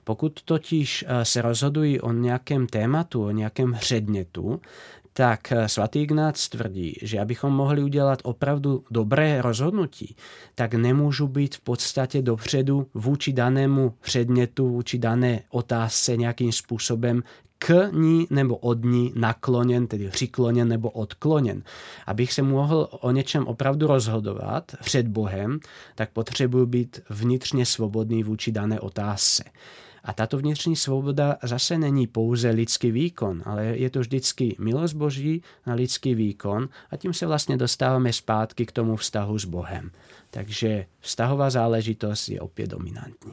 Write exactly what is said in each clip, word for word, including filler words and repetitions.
Pokud totiž se rozhodují o nějakém tématu, o nějakém předmětu, tak svatý Ignác tvrdí, že abychom mohli udělat opravdu dobré rozhodnutí, tak nemůžu být v podstatě dopředu vůči danému předmětu, vůči dané otázce nějakým způsobem k ní nebo od ní nakloněn, tedy přikloněn nebo odkloněn. Abych se mohl o něčem opravdu rozhodovat před Bohem, tak potřebuji být vnitřně svobodný vůči dané otázce. A tato vnitřní svoboda zase není pouze lidský výkon, ale je to vždycky milost Boží na lidský výkon a tím se vlastně dostáváme zpátky k tomu vztahu s Bohem. Takže vztahová záležitost je opět dominantní.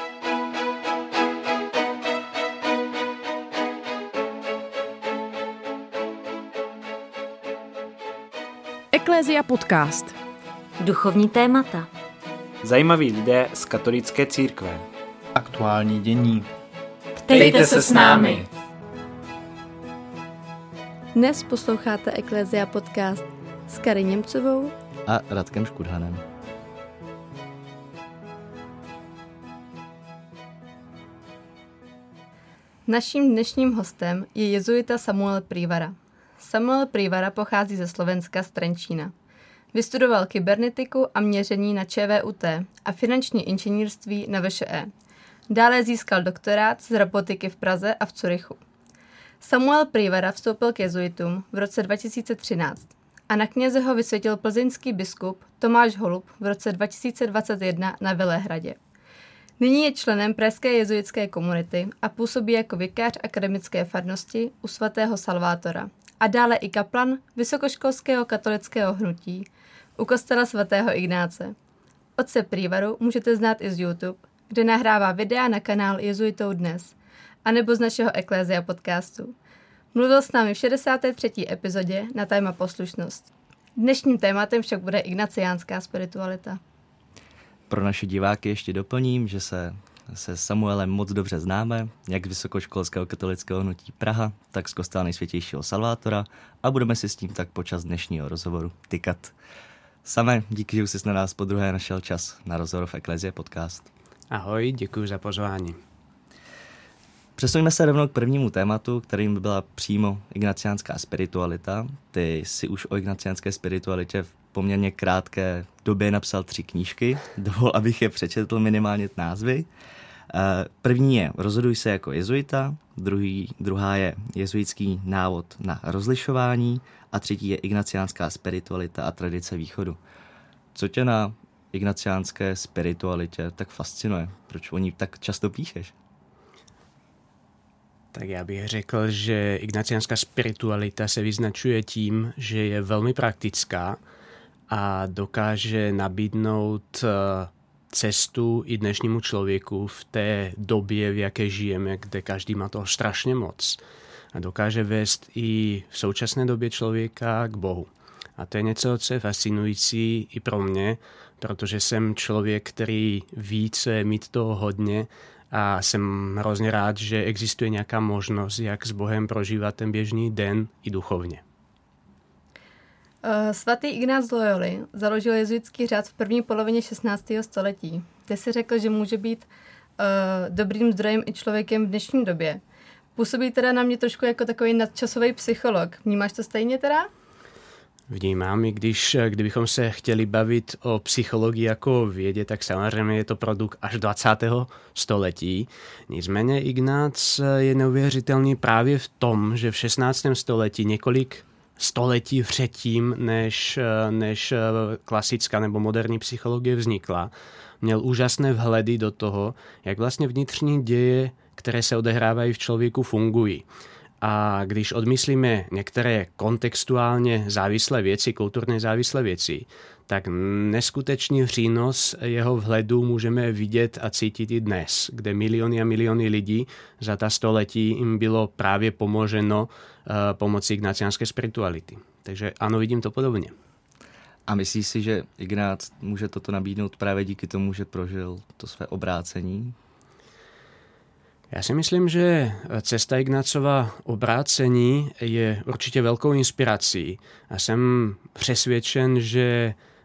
Eklézia podcast. Duchovní témata. Zajímaví lidé z katolické církve. Aktuální dění. Ptejte se s námi. Dnes posloucháte Eklézia podcast s Kary Němcovou a Radkem Škudhanem. Naším dnešním hostem je jezuita Samuel Prývara. Samuel Prývara pochází ze Slovenska z Trenčína. Vystudoval kybernetiku a měření na ČVUT a finanční inženýrství na V Š E. Dále získal doktorát z robotiky v Praze a v Curychu. Samuel Prývara vstoupil k jezuitům v roce dva tisíce třináct a na kněze ho vysvětil plzeňský biskup Tomáš Holub v roce dva tisíce dvacet jedna na Velehradě. Nyní je členem pražské jezuitské komunity a působí jako vikář akademické farnosti u svatého Salvátora a dále i kaplan vysokoškolského katolického hnutí u kostela svatého Ignáce. Otce Prývaru můžete znát i z YouTube, kde nahrává videa na kanál Jezuitou dnes, anebo z našeho Eklézia podcastu. Mluvil s námi v šedesáté třetí epizodě na téma poslušnost. Dnešním tématem však bude ignaciánská spiritualita. Pro naše diváky ještě doplním, že se se Samuelem moc dobře známe, jak z vysokoškolského katolického hnutí Praha, tak z kostela Nejsvětějšího Salvátora a budeme si s tím tak počas dnešního rozhovoru tykat. Same, díky, že jsi na nás podruhé našel čas na rozhovor v Eklézie podcast. Ahoj, děkuji za pozvání. Přesuňme se rovnou k prvnímu tématu, kterým by byla přímo ignaciánská spiritualita. Ty si už o ignaciánské spiritualitě v poměrně krátké době napsal tři knížky. Dovol, abych je přečetl minimálně názvy. První je Rozhoduj se jako jezuita, druhý, druhá je Jezuitský návod na rozlišování a třetí je Ignaciánská spiritualita a tradice východu. Co tě na ignaciánské spiritualitě tak fascinuje? Proč o ní tak často píšeš? Tak já bych řekl, že ignaciánská spiritualita se vyznačuje tím, že je velmi praktická a dokáže nabídnout cestu i dnešnímu člověku v té době, v jaké žijeme, kde každý má toho strašně moc. A dokáže vést i v současné době člověka k Bohu. A to je něco, co je fascinující i pro mě, protože jsem člověk, který ví, co je mít toho hodně a jsem hrozně rád, že existuje nějaká možnost, jak s Bohem prožívat ten běžný den i duchovně. Svatý Ignác z Loyoly založil jezuitský řád v první polovině šestnáctého století. Ty si řekl, že může být uh, dobrým zdrojem i člověkem v dnešní době. Působí teda na mě trošku jako takový nadčasový psycholog. Vnímáš to stejně teda? Vnímám, i když kdybychom se chtěli bavit o psychologii jako vědě, tak samozřejmě je to produkt až dvacátého století. Nicméně Ignác je neuvěřitelný právě v tom, že v šestnáctém století několik století předtím, než, než klasická nebo moderní psychologie vznikla, měl úžasné vhledy do toho, jak vlastně vnitřní děje, které se odehrávají v člověku, fungují. A když odmyslíme některé kontextuálně závislé věci, kulturně závislé věci, tak neskutečný přínos jeho vhledu můžeme vidět a cítit i dnes, kde miliony a miliony lidí za ta století jim bylo právě pomoženo uh, pomocí ignaciánské spirituality. Takže ano, vidím to podobně. A myslíš si, že Ignác může toto nabídnout právě díky tomu, že prožil to své obrácení? Já si myslím, že cesta Ignácova obrácení je určitě velkou inspirací a jsem přesvědčen, že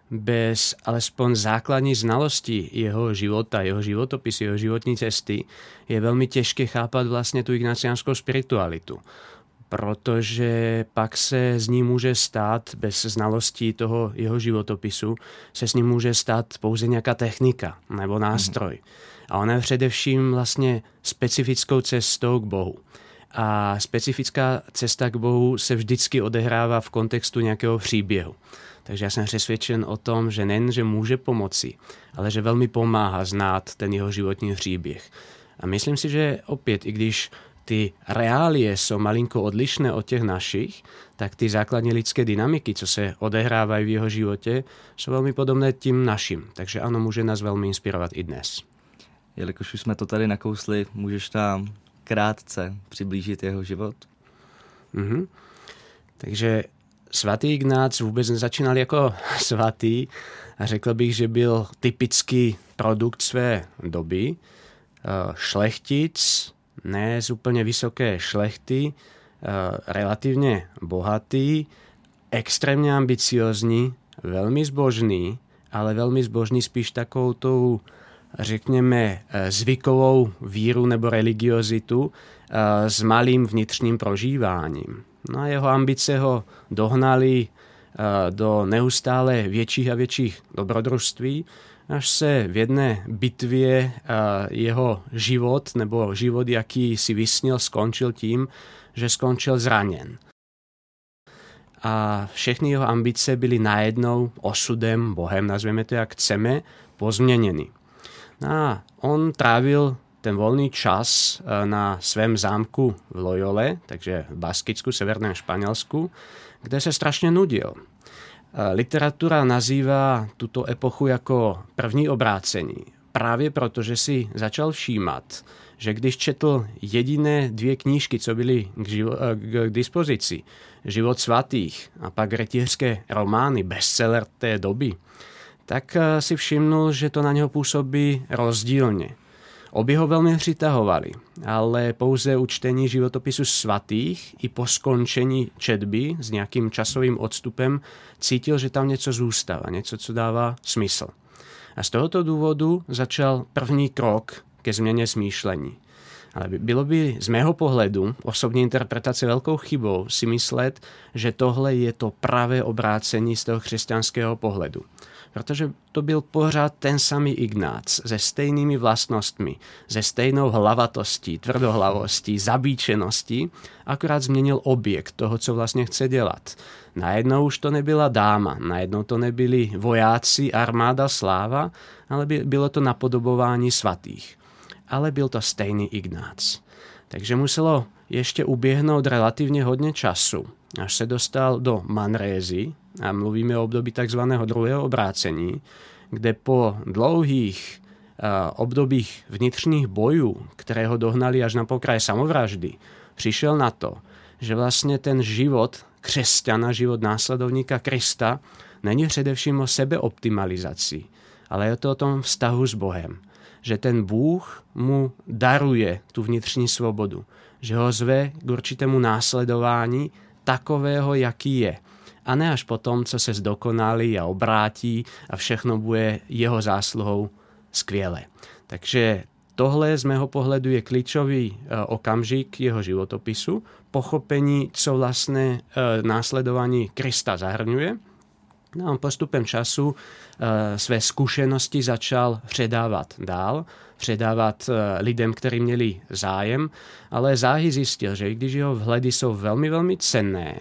bez alespoň základní znalosti jeho života, jeho životopisu, jeho životní cesty je veľmi těžké chápat vlastně tu ignaciánskou spiritualitu. Protože pak se z ní může stát, bez znalostí toho jeho životopisu, se s ním může stát pouze nějaká technika nebo nástroj. A ona je především vlastně specifickou cestou k Bohu. A specifická cesta k Bohu se vždycky odehrává v kontextu nějakého příběhu. Takže já jsem přesvědčen o tom, že nejen, že může pomoci, ale že velmi pomáhá znát ten jeho životní příběh. A myslím si, že opět, i když ty reálie jsou malinko odlišné od těch našich, tak ty základní lidské dynamiky, co se odehrávají v jeho životě, jsou velmi podobné tím našim. Takže ano, může nás velmi inspirovat i dnes. Jelikož už jsme to tady nakousli, můžeš nám krátce přiblížit jeho život? Mhm. Takže svatý Ignác vůbec nezačínal jako svatý a řekl bych, že byl typický produkt své doby. Šlechtic, ne z úplně vysoké šlechty, relativně bohatý, extrémně ambiciozní, velmi zbožný, ale velmi zbožný spíš takovou tou, řekněme, zvykovou víru nebo religiozitu s malým vnitřním prožíváním. No a jeho ambice ho dohnali do neustále větších a větších dobrodružství, až se v jedné bitvě jeho život, nebo život, jaký si vysnil, skončil tím, že skončil zraněn. A všechny jeho ambice byly najednou osudem, Bohem, nazveme to jak chceme, pozměněny. A on trávil ten volný čas na svém zámku v Loyole, takže v Baskicku, severném Španělsku, kde se strašně nudil. Literatura nazývá tuto epochu jako první obrácení. Právě proto, že si začal všímat, že když četl jediné dvě knížky, co byly k, živo- k dispozici, Život svatých a pak rytířské romány, bestseller té doby, tak si všimnul, že to na něho působí rozdílně. Obě ho velmi přitahovali, ale pouze u čtení životopisu svatých i po skončení četby s nějakým časovým odstupem cítil, že tam něco zůstává, něco, co dává smysl. A z tohoto důvodu začal první krok ke změně smýšlení. Ale bylo by z mého pohledu osobní interpretace velkou chybou si myslet, že tohle je to pravé obrácení z toho křesťanského pohledu. Protože to byl pořád ten samý Ignác se stejnými vlastnostmi, se stejnou hlavatostí, tvrdohlavostí, zabíčeností, akorát změnil objekt toho, co vlastně chce dělat. Najednou už to nebyla dáma, najednou to nebyli vojáci, armáda, sláva, ale bylo to napodobování svatých. Ale byl to stejný Ignác. Takže muselo ještě uběhnout relativně hodně času, až se dostal do Manrézy, a mluvíme o období takzvaného druhého obrácení, kde po dlouhých uh, obdobích vnitřních bojů, které ho dohnali až na pokraj samovraždy, přišel na to, že vlastně ten život křesťana, život následovníka Krista, není především o sebeoptimalizaci, ale je to o tom vztahu s Bohem. Že ten Bůh mu daruje tu vnitřní svobodu, že ho zve k určitému následování takového, jaký je. A ne až potom, co se zdokonalí a obrátí a všechno bude jeho zásluhou skvěle. Takže tohle z mého pohledu je klíčový okamžik jeho životopisu, pochopení, co vlastně následování Krista zahrnuje. No a postupem času své zkušenosti začal předávat dál, předávat lidem, kteří měli zájem, ale záhy zjistil, že i když jeho vhledy jsou velmi, velmi cenné,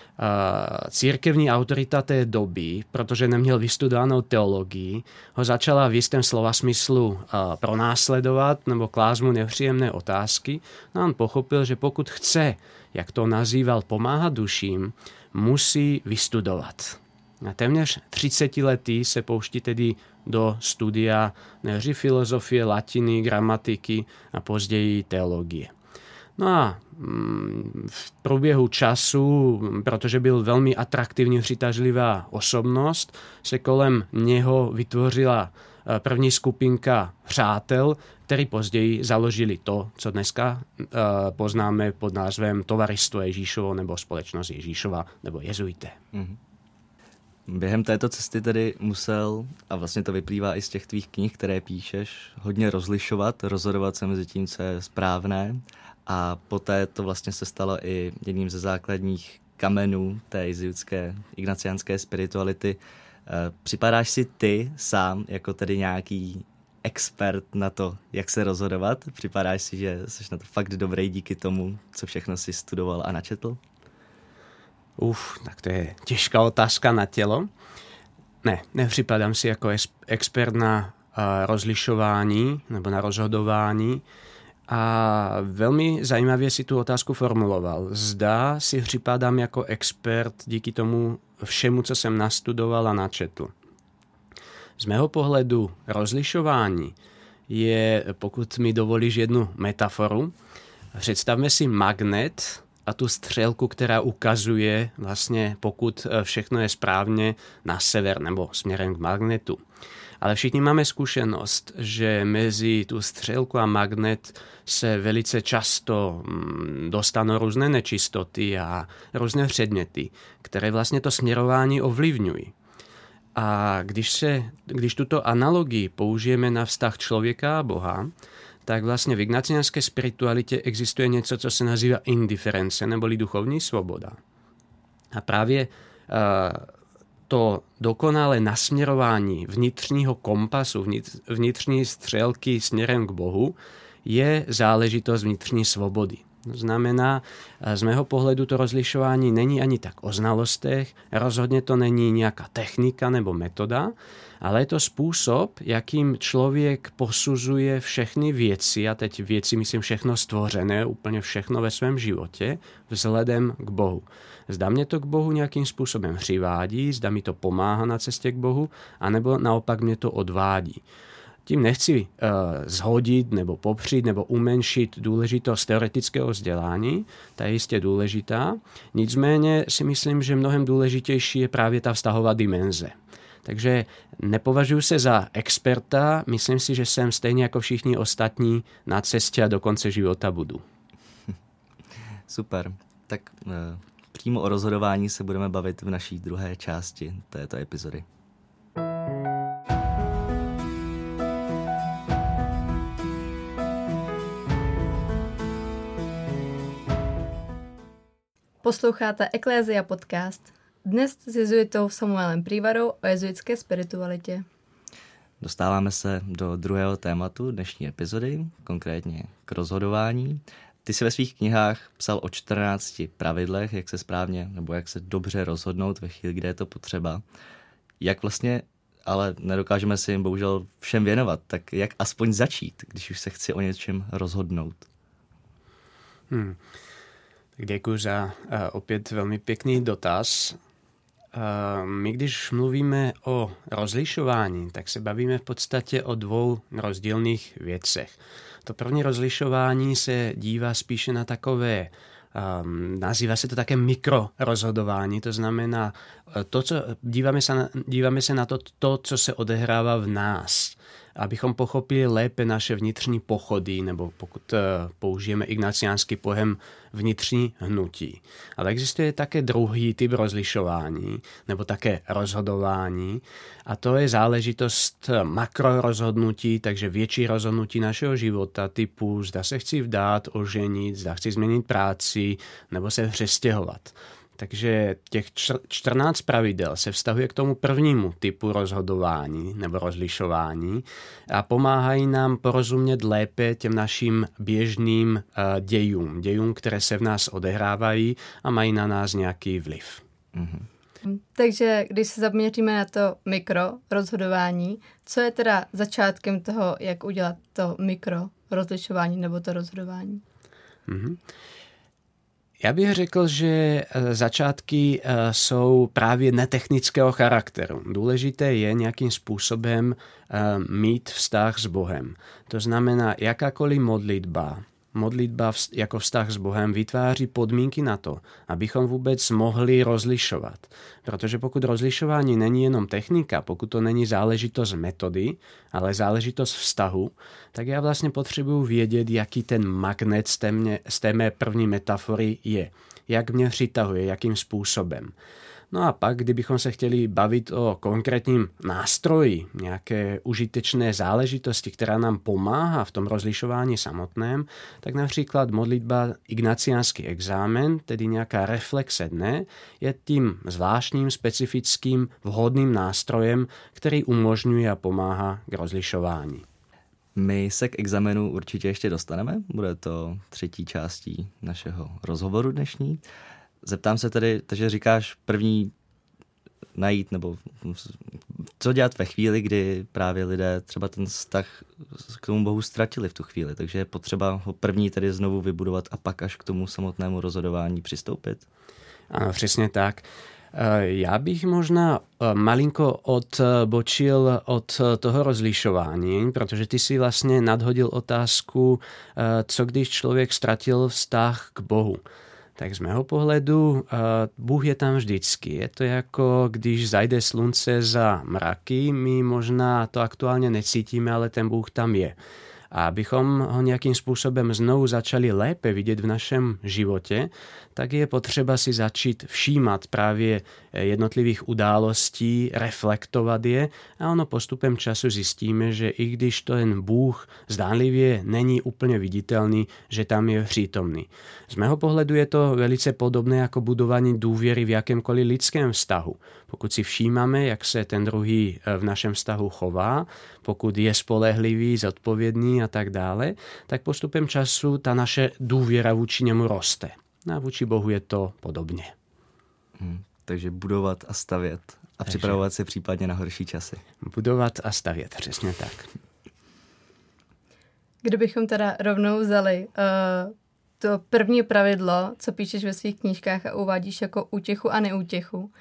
církevní autorita té doby, protože neměl vystudovanou teologii, ho začala v jistém slova smyslu pronásledovat nebo klást mu nepříjemné otázky. No a on pochopil, že pokud chce, jak to nazýval, pomáhat duším, musí vystudovat. A téměř třicetiletý se pouští tedy do studia nejdřív filozofie, latiny, gramatiky a později teologie. No a v průběhu času, protože byl velmi atraktivní, přitažlivá osobnost, se kolem něho vytvořila první skupinka přátel, který později založili to, co dneska poznáme pod názvem Tovaristvo Ježíšovo nebo Společnost Ježíšova nebo jezuité. Mm-hmm. Během této cesty tedy musel, a vlastně to vyplývá i z těch tvých knih, které píšeš, hodně rozlišovat, rozhodovat se mezi tím, co je správné, a poté to vlastně se stalo i jedním ze základních kamenů té jezuitské ignaciánské spirituality. Připadáš si ty sám jako tedy nějaký expert na to, jak se rozhodovat? Připadáš si, že jsi na to fakt dobrý díky tomu, co všechno si studoval a načetl? Uf, tak to je těžká otázka na tělo. Ne, nepřipadám si jako expert na uh, rozlišování nebo na rozhodování. A velmi zajímavě si tu otázku formuloval. Zda si připadám jako expert díky tomu všemu, co jsem nastudoval a načetl. Z mého pohledu rozlišování je, pokud mi dovolíš jednu metaforu, představme si magnet a tu střelku, která ukazuje vlastně, pokud všechno je správně, na sever nebo směrem k magnetu. Ale všichni máme zkušenost, že mezi tu střelku a magnet se velice často dostanou různé nečistoty a různé předměty, které vlastně to směrování ovlivňují. A když, se, když tuto analogii použijeme na vztah člověka a Boha, tak vlastně v ignaciánské spiritualitě existuje něco, co se nazývá indiference, neboli duchovní svoboda. A právě uh, to dokonalé nasměrování vnitřního kompasu, vnitřní střelky směrem k Bohu, je záležitost vnitřní svobody. To znamená, z mého pohledu to rozlišování není ani tak o znalostech, rozhodně to není nějaká technika nebo metoda, ale je to způsob, jakým člověk posuzuje všechny věci, a teď věci myslím všechno stvořené, úplně všechno ve svém životě, vzhledem k Bohu. Zda mě to k Bohu nějakým způsobem přivádí, zda mi to pomáhá na cestě k Bohu, anebo naopak mě to odvádí. Tím nechci uh, zhodit nebo popřít nebo umenšit důležitost teoretického vzdělání, ta je jistě důležitá, nicméně si myslím, že mnohem důležitější je právě ta vztahová dimenze. Takže nepovažuji se za experta, myslím si, že jsem stejně jako všichni ostatní na cestě a do konce života budu. Super, tak uh, přímo o rozhodování se budeme bavit v naší druhé části této epizody. Posloucháte Eklézia podcast. Dnes s jezuitou Samuelem Prívarou o jezuitské spiritualitě. Dostáváme se do druhého tématu dnešní epizody, konkrétně k rozhodování. Ty jsi ve svých knihách psal o čtrnácti pravidlech, jak se správně nebo jak se dobře rozhodnout ve chvíli, kde je to potřeba. Jak vlastně, ale nedokážeme si jim bohužel všem věnovat, tak jak aspoň začít, když už se chci o něčem rozhodnout? Hmm. Tak děkuji za uh, opět velmi pěkný dotaz. Uh, my, když mluvíme o rozlišování, tak se bavíme v podstatě o dvou rozdílných věcech. To první rozlišování se dívá spíše na takové, um, nazývá se to také mikrorozhodování, to znamená, to, co, díváme, se na, díváme se na to, to, co se odehrává v nás, abychom pochopili lépe naše vnitřní pochody, nebo pokud uh, použijeme ignaciánský pojem vnitřní hnutí. Ale existuje také druhý typ rozlišování, nebo také rozhodování, a to je záležitost makrorozhodnutí, takže větší rozhodnutí našeho života, typu zda se chci vdát, oženit, zda chci změnit práci, nebo se přestěhovat. Takže těch čtrnáct pravidel se vztahuje k tomu prvnímu typu rozhodování nebo rozlišování a pomáhají nám porozumět lépe těm našim běžným uh, dějům, dějům, které se v nás odehrávají a mají na nás nějaký vliv. Mm-hmm. Takže když se zaměříme na to mikro rozhodování, co je teda začátkem toho, jak udělat to mikro rozlišování nebo to rozhodování? Mm-hmm. Já bych řekl, že začátky jsou právě netechnického charakteru. Důležité je nějakým způsobem mít vztah s Bohem. To znamená, jakákoliv modlitba, modlitba jako vztah s Bohem vytváří podmínky na to, abychom vůbec mohli rozlišovat. Protože pokud rozlišování není jenom technika, pokud to není záležitost metody, ale záležitost vztahu, tak já vlastně potřebuji vědět, jaký ten magnet z té, mě, z té mé první metafory je. Jak mě přitahuje, jakým způsobem. No a pak, kdybychom se chtěli bavit o konkrétním nástroji, nějaké užitečné záležitosti, která nám pomáhá v tom rozlišování samotném, tak například modlitba Ignaciánský exámen, tedy nějaká reflexe dne, je tím zvláštním, specifickým, vhodným nástrojem, který umožňuje a pomáhá k rozlišování. My se k examenu určitě ještě dostaneme, bude to třetí částí našeho rozhovoru dnešní. Zeptám se tedy, takže říkáš první najít, nebo co dělat ve chvíli, kdy právě lidé třeba ten vztah k tomu Bohu ztratili v tu chvíli, takže je potřeba ho první tedy znovu vybudovat a pak až k tomu samotnému rozhodování přistoupit? Ano, přesně tak. Já bych možná malinko odbočil od toho rozlišování, protože ty si vlastně nadhodil otázku, co když člověk ztratil vztah k Bohu. Tak z mého pohledu Bůh je tam vždycky. Je to jako když zajde slunce za mraky, my možná to aktuálně necítíme, ale ten Bůh tam je. A abychom ho nějakým způsobem znovu začali lépe vidět v našem životě, tak je potřeba si začít všímat právě jednotlivých událostí, reflektovat je a ono postupem času zjistíme, že i když ten Bůh zdánlivě není úplně viditelný, že tam je přítomný. Z mého pohledu je to velice podobné jako budování důvěry v jakémkoliv lidském vztahu. Pokud si všímáme, jak se ten druhý v našem vztahu chová, pokud je spolehlivý, zodpovědný a tak dále, tak postupem času ta naše důvěra vůči němu roste. A vůči Bohu je to podobně. Hmm, takže budovat a stavět a takže připravovat se případně na horší časy. Budovat a stavět, přesně tak. Kdybychom teda rovnou vzali uh, to první pravidlo, co píšeš ve svých knížkách a uvádíš jako útěchu a neútěchu, uh,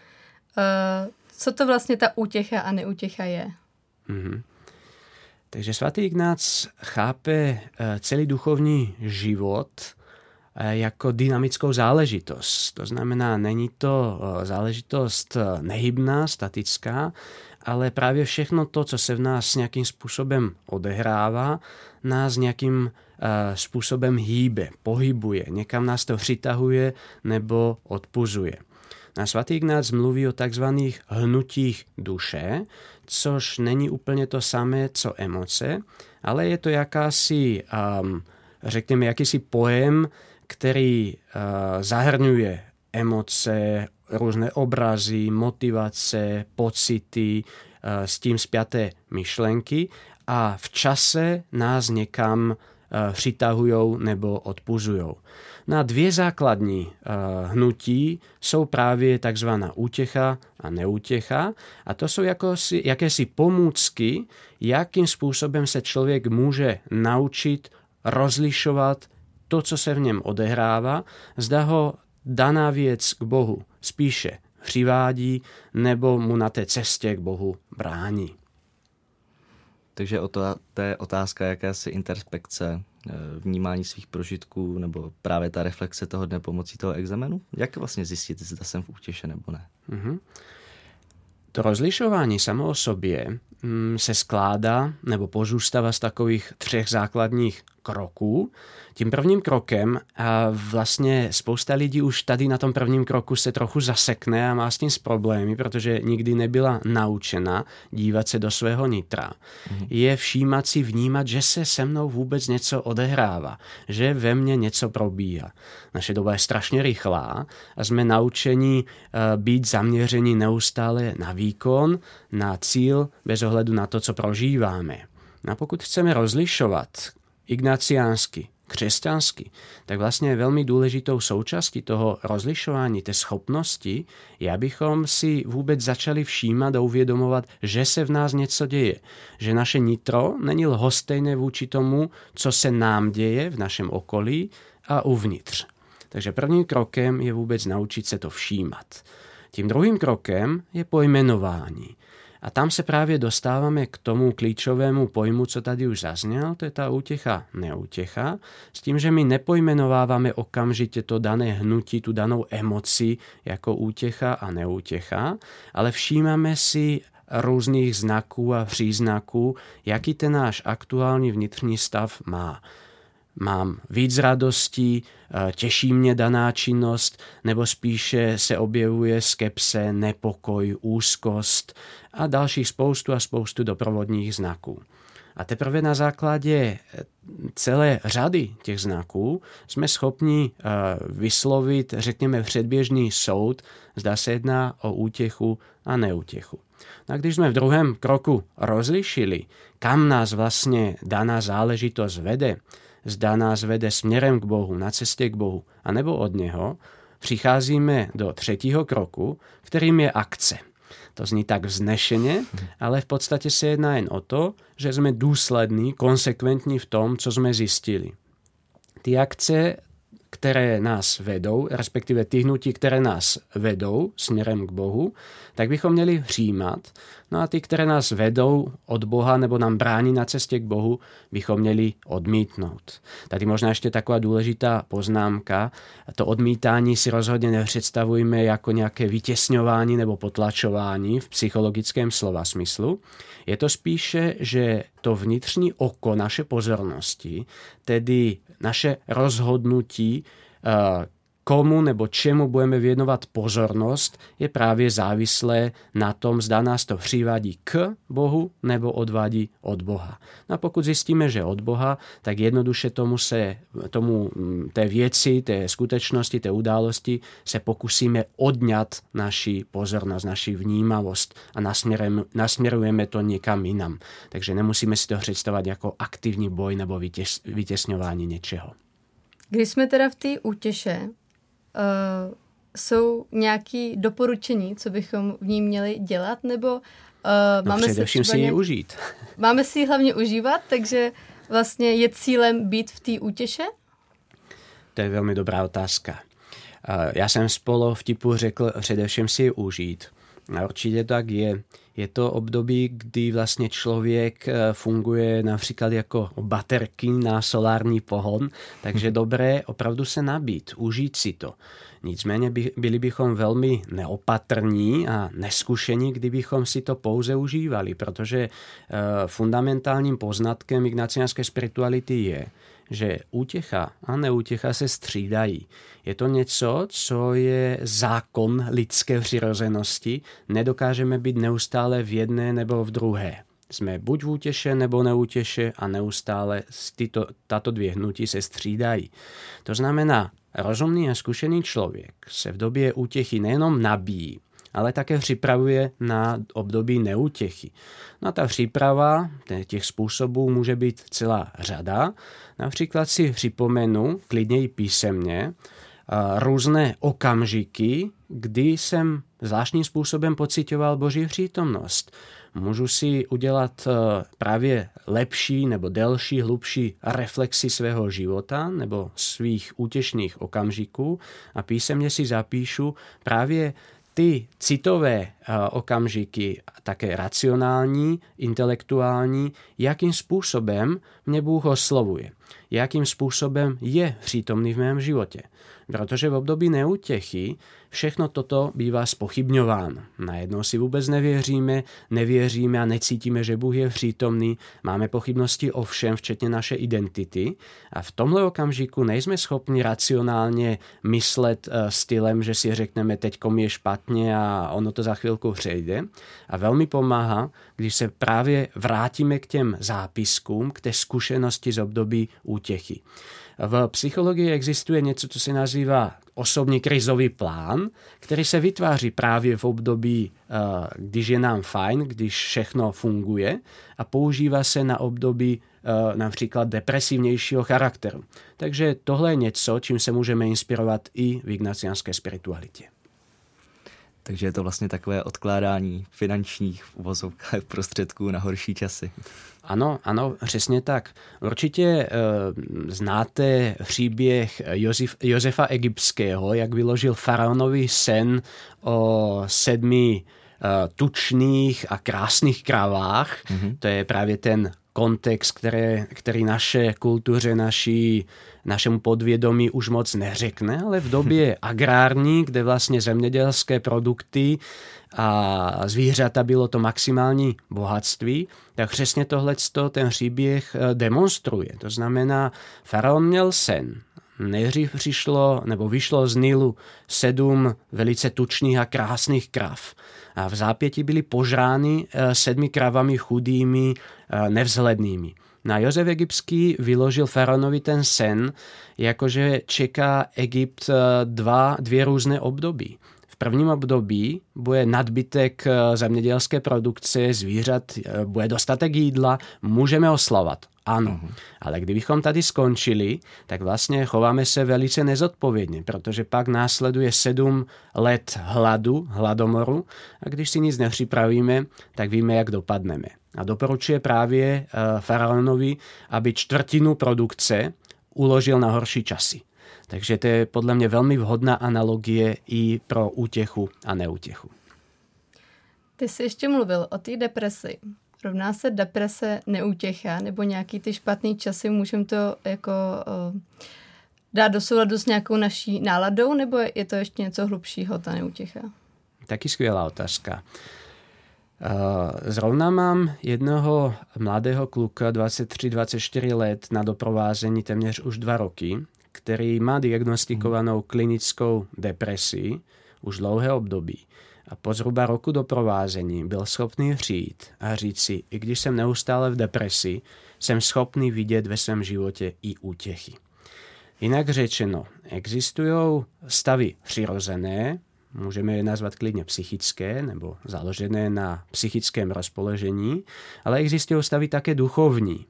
co to vlastně ta útěcha a neútěcha je? Mm-hmm. Takže svatý Ignác chápe uh, celý duchovní život jako dynamickou záležitost. To znamená, není to záležitost nehybná, statická, ale právě všechno to, co se v nás nějakým způsobem odehrává, nás nějakým způsobem hýbe, pohybuje, někam nás to přitahuje nebo odpuzuje. A svatý Ignác mluví o takzvaných hnutích duše, což není úplně to samé, co emoce, ale je to jakási, um, řekněme, jakýsi pojem, který uh, zahrnuje emoce, různé obrazy, motivace, pocity, uh, s tím spjaté myšlenky a v čase nás někam uh, přitahujou nebo odpuzujou. Na dvě základní uh, hnutí jsou právě takzvaná útěcha a neútěcha a to jsou jakosi, jakési pomůcky, jakým způsobem se člověk může naučit rozlišovat to, co se v něm odehrává, zda ho daná věc k Bohu spíše přivádí nebo mu na té cestě k Bohu brání. Takže o to, to je otázka jakési interspekce, vnímání svých prožitků nebo právě ta reflexe toho dne pomocí toho examenu? Jak vlastně zjistit, zda jsem v útěše nebo ne? Mm-hmm. To rozlišování samo o sobě mm, se skládá nebo pozůstává z takových třech základních kroků. Tím prvním krokem a vlastně spousta lidí už tady na tom prvním kroku se trochu zasekne a má s tím problémy, protože nikdy nebyla naučena dívat se do svého nitra. Mhm. Je všímat si, vnímat, že se se mnou vůbec něco odehrává, že ve mně něco probíhá. Naše doba je strašně rychlá a jsme naučeni uh, být zaměřeni neustále na výkon, na cíl, bez ohledu na to, co prožíváme. A pokud chceme rozlišovat ignaciánsky, křesťansky, tak vlastně je velmi důležitou součástí toho rozlišování, té schopnosti, je, abychom si vůbec začali všímat a uvědomovat, že se v nás něco děje. Že naše nitro není lhostejné vůči tomu, co se nám děje v našem okolí a uvnitř. Takže prvním krokem je vůbec naučit se to všímat. Tím druhým krokem je pojmenování. A tam se právě dostáváme k tomu klíčovému pojmu, co tady už zazněl, to je ta útěcha, neútěcha, s tím, že my nepojmenováváme okamžitě to dané hnutí, tu danou emoci jako útěcha a neútěcha, ale všímáme si různých znaků a příznaků, jaký ten náš aktuální vnitřní stav má. mám víc radostí, těší mě daná činnost, nebo spíše se objevuje skepse, nepokoj, úzkost a dalších spoustu a spoustu doprovodných znaků. A teprve na základě celé řady těch znaků jsme schopni vyslovit, řekněme, předběžný soud, zda se jedná o útěchu a neútěchu. A když jsme v druhém kroku rozlišili, kam nás vlastně daná záležitost vede, zda nás vede směrem k Bohu, na cestě k Bohu, anebo od něho, přicházíme do třetího kroku, kterým je akce. To zní tak vznešeně, ale v podstatě se jedná jen o to, že jsme důslední, konsekventní v tom, co jsme zjistili. Ty akce, které nás vedou, respektive ty hnutí, které nás vedou směrem k Bohu, tak bychom měli přijímat. No a ty, které nás vedou od Boha nebo nám brání na cestě k Bohu, bychom měli odmítnout. Tady možná ještě taková důležitá poznámka. To odmítání si rozhodně nepředstavujeme jako nějaké vytěsňování nebo potlačování v psychologickém slova smyslu. Je to spíše, že to vnitřní oko naše pozornosti, tedy naše rozhodnutí, komu nebo čemu budeme věnovat pozornost, je právě závislé na tom, zda nás to přivádí k Bohu nebo odvádí od Boha. No a pokud zjistíme, že od Boha, tak jednoduše tomu se, tomu té věci, té skutečnosti, té události se pokusíme odňat naši pozornost, naši vnímavost a nasměrujeme, nasměrujeme to někam jinam. Takže nemusíme si to představovat jako aktivní boj nebo vytěs, vytěsňování něčeho. Když jsme teda v té útěše, Uh, jsou nějaké doporučení, co bychom v ní měli dělat, nebo uh, no máme především si, si ji nějak... užít. Máme si ji hlavně užívat, takže vlastně je cílem být v té útěše? To je velmi dobrá otázka. Uh, já jsem z polovtipu řekl především si ji užít. A určitě tak je. Je to období, kdy vlastně člověk funguje například jako baterky na solární pohon, takže dobré opravdu se nabít, užít si to. Nicméně by, byli bychom velmi neopatrní a neskušení, kdybychom si to pouze užívali, protože uh, fundamentálním poznatkem ignaciánské spirituality je, že útěcha a neútěcha se střídají. Je to něco, co je zákon lidské přirozenosti. Nedokážeme být neustále v jedné nebo v druhé. Jsme buď v útěše nebo neútěše a neustále tyto, tato dvě hnutí se střídají. To znamená, rozumný a zkušený člověk se v době útěchy nejenom nabíjí, ale také připravuje na období neútěchy. No a ta příprava těch způsobů může být celá řada. Například si připomenu, klidně i písemně, různé okamžiky, kdy jsem zvláštním způsobem pociťoval Boží přítomnost. Můžu si udělat právě lepší nebo delší, hlubší reflexi svého života nebo svých útěšných okamžiků a písemně si zapíšu právě ty citové uh, okamžiky, také racionální, intelektuální, jakým způsobem mě Bůh oslovuje, jakým způsobem je přítomný v mém životě. Protože v období neútěchy všechno toto bývá zpochybňováno. Najednou si vůbec nevěříme, nevěříme a necítíme, že Bůh je přítomný, máme pochybnosti o všem, včetně naše identity a v tomhle okamžiku nejsme schopni racionálně myslet uh, stylem, že si řekneme, teďko mi je špatně a ono to za chvilku přejde. A velmi pomáhá, když se právě vrátíme k těm zápiskům, k té zkušenosti z období útěchy. V psychologii existuje něco, co se nazývá osobní krizový plán, který se vytváří právě v období, když je nám fajn, když všechno funguje a používá se na období například depresivnějšího charakteru. Takže tohle je něco, čím se můžeme inspirovat i v ignaciánské spiritualitě. Takže je to vlastně takové odkládání finančních uvozovkách prostředků na horší časy. Ano, ano, přesně tak. Určitě e, znáte příběh Josef, Josefa Egyptského, jak vyložil faraonovi sen o sedmi e, tučných a krásných kravách. Mm-hmm. To je právě ten kontext, které, který naše kultuře, naší, našemu podvědomí už moc neřekne, ale v době agrární, kde vlastně zemědělské produkty a zvířata bylo to maximální bohatství, tak přesně tohleto ten příběh demonstruje. To znamená, faraon měl sen. Nejdřív přišlo, nebo vyšlo z Nilu sedm velice tučných a krásných krav. A v zápěti byly požrány sedmi kravami chudými, nevzhlednými. Na Jozef Egyptský vyložil faraonovi ten sen, jakože čeká Egypt dva, dvě různé období. V prvním období bude nadbytek zemědělské produkce, zvířat, bude dostatek jídla, můžeme oslavat. Ano, uh-huh. Ale kdybychom tady skončili, tak vlastně chováme se velice nezodpovědně, protože pak následuje sedm let hladu, hladomoru a když si nic nepřipravíme, tak víme, jak dopadneme. A doporučuje právě uh, faraonovi, aby čtvrtinu produkce uložil na horší časy. Takže to je podle mě velmi vhodná analogie i pro útěchu a neútěchu. Ty jsi ještě mluvil o té depresi. Rovná se deprese neútěcha, nebo nějaký ty špatný časy, můžeme to jako uh, dát do souladu s nějakou naší náladou, nebo je to ještě něco hlubšího, ta neútěcha? Taky skvělá otázka. Zrovna mám jednoho mladého kluka, dvacet tři dvacet čtyři let, na doprovázení téměř už dva roky, který má diagnostikovanou klinickou depresi už dlouhé období. A po zhruba roku doprovázení byl schopný přijít a říct si, i když jsem neustále v depresi, jsem schopný vidět ve svém životě i útěchy. Jinak řečeno, existují stavy přirozené, můžeme je nazvat klidně psychické nebo založené na psychickém rozpoložení, ale existují stavy také duchovní.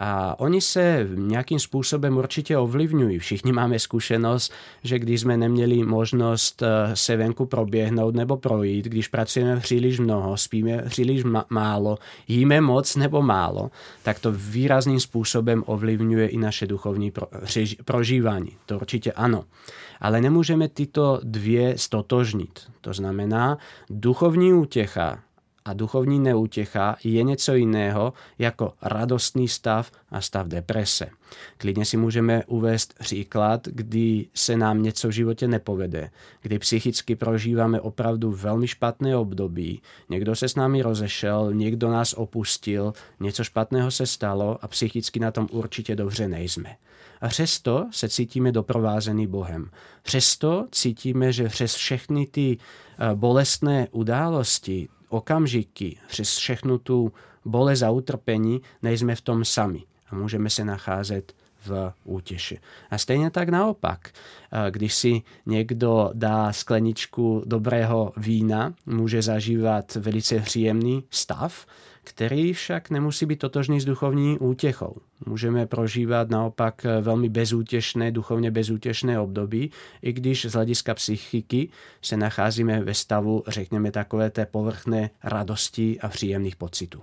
A oni se nějakým způsobem určitě ovlivňují. Všichni máme zkušenost, že když jsme neměli možnost se venku proběhnout nebo projít, když pracujeme příliš mnoho, spíme příliš málo, jíme moc nebo málo, tak to výrazným způsobem ovlivňuje i naše duchovní prožívání. To určitě ano. Ale nemůžeme tyto dvě stotožnit. To znamená, duchovní útěcha a duchovní neútěcha je něco jiného jako radostný stav a stav deprese. Klidně si můžeme uvést příklad, kdy se nám něco v životě nepovede, kdy psychicky prožíváme opravdu velmi špatné období, někdo se s námi rozešel, někdo nás opustil, něco špatného se stalo a psychicky na tom určitě dobře nejsme. A přesto se cítíme doprovázený Bohem. Přesto cítíme, že přes všechny ty bolestné události, okamžiky, přes všechnu tu bolest a utrpení nejsme v tom sami a můžeme se nacházet v útěše. A stejně tak naopak, když si někdo dá skleničku dobrého vína, může zažívat velice příjemný stav, který však nemusí být totožný s duchovní útěchou. Můžeme prožívat naopak velmi bezútěšné, duchovně bezútěšné období, i když z hlediska psychiky se nacházíme ve stavu, řekněme, takové té povrchné radosti a příjemných pocitů.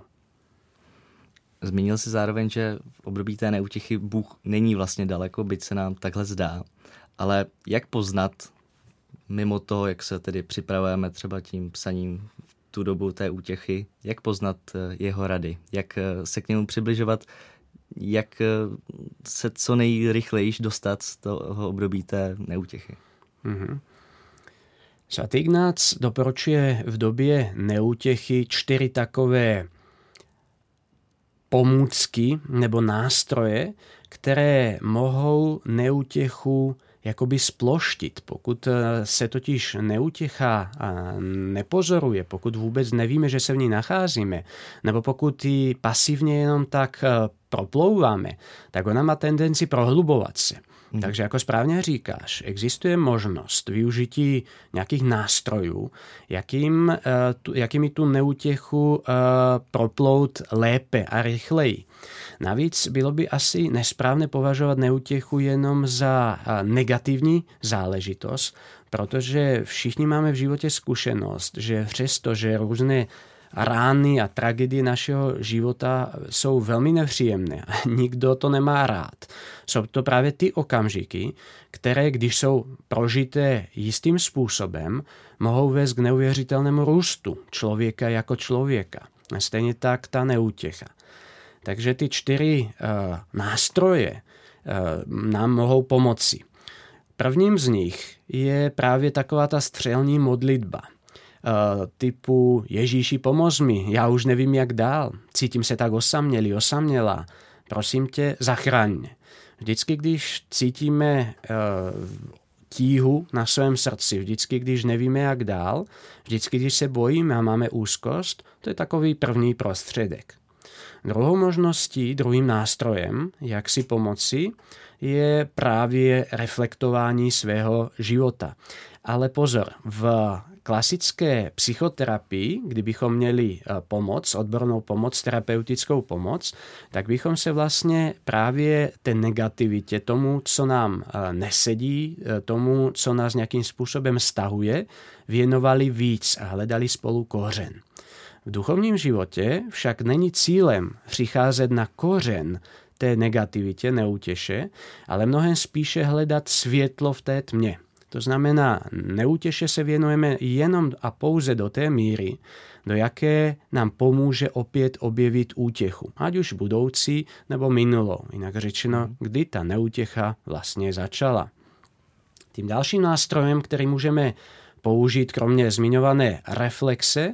Zmínil jsi zároveň, že v období té neútěchy Bůh není vlastně daleko, byť se nám takhle zdá. Ale jak poznat, mimo toho, jak se tedy připravujeme třeba tím psaním v tu dobu té útěchy, jak poznat jeho rady, jak se k němu přibližovat, jak se co nejrychleji dostat z toho období té neútěchy? Mm-hmm. Svatý Ignác doporučuje v době neútěchy čtyři takové pomůcky nebo nástroje, které mohou neútěchu jakoby sploštit. Pokud se totiž neútěcha nepozoruje, pokud vůbec nevíme, že se v ní nacházíme, nebo pokud ji pasivně jenom tak proplouváme, tak ona má tendenci prohlubovat se. Hmm. Takže jako správně říkáš, existuje možnost využití nějakých nástrojů, jakým, jakými tu neútěchu proplout lépe a rychleji. Navíc bylo by asi nesprávné považovat neútěchu jenom za negativní záležitost, protože všichni máme v životě zkušenost, že přesto, že různé rány a tragédie našeho života jsou velmi nepříjemné a nikdo to nemá rád. Jsou to právě ty okamžiky, které, když jsou prožité jistým způsobem, mohou vést k neuvěřitelnému růstu člověka jako člověka. A stejně tak ta neútěcha. Takže ty čtyři uh, nástroje uh, nám mohou pomoci. Prvním z nich je právě taková ta střelní modlitba. Uh, typu Ježíši, pomoz mi, já už nevím jak dál, cítím se tak osamělý, osamělá, prosím tě, zachraň mě. Vždycky, když cítíme uh, tíhu na svém srdci, vždycky, když nevíme jak dál, vždycky, když se bojíme a máme úzkost, to je takový první prostředek. Druhou možností, druhým nástrojem, jak si pomoci, je právě reflektování svého života. Ale pozor, v klasické psychoterapii, kdybychom měli pomoc, odbornou pomoc, terapeutickou pomoc, tak bychom se vlastně právě té negativitě, tomu, co nám nesedí, tomu, co nás nějakým způsobem stahuje, věnovali víc a hledali spolu kořen. V duchovním životě však není cílem přicházet na kořen té negativitě, neútěše, ale mnohem spíše hledat světlo v té tmě. To znamená, neútěše se věnujeme jenom a pouze do té míry, do jaké nám pomůže opět objevit útěchu, ať už budoucí nebo minulou. Jinak řečeno, kdy ta neútěcha vlastně začala. Tím dalším nástrojem, který můžeme použít kromě zmiňované reflexe,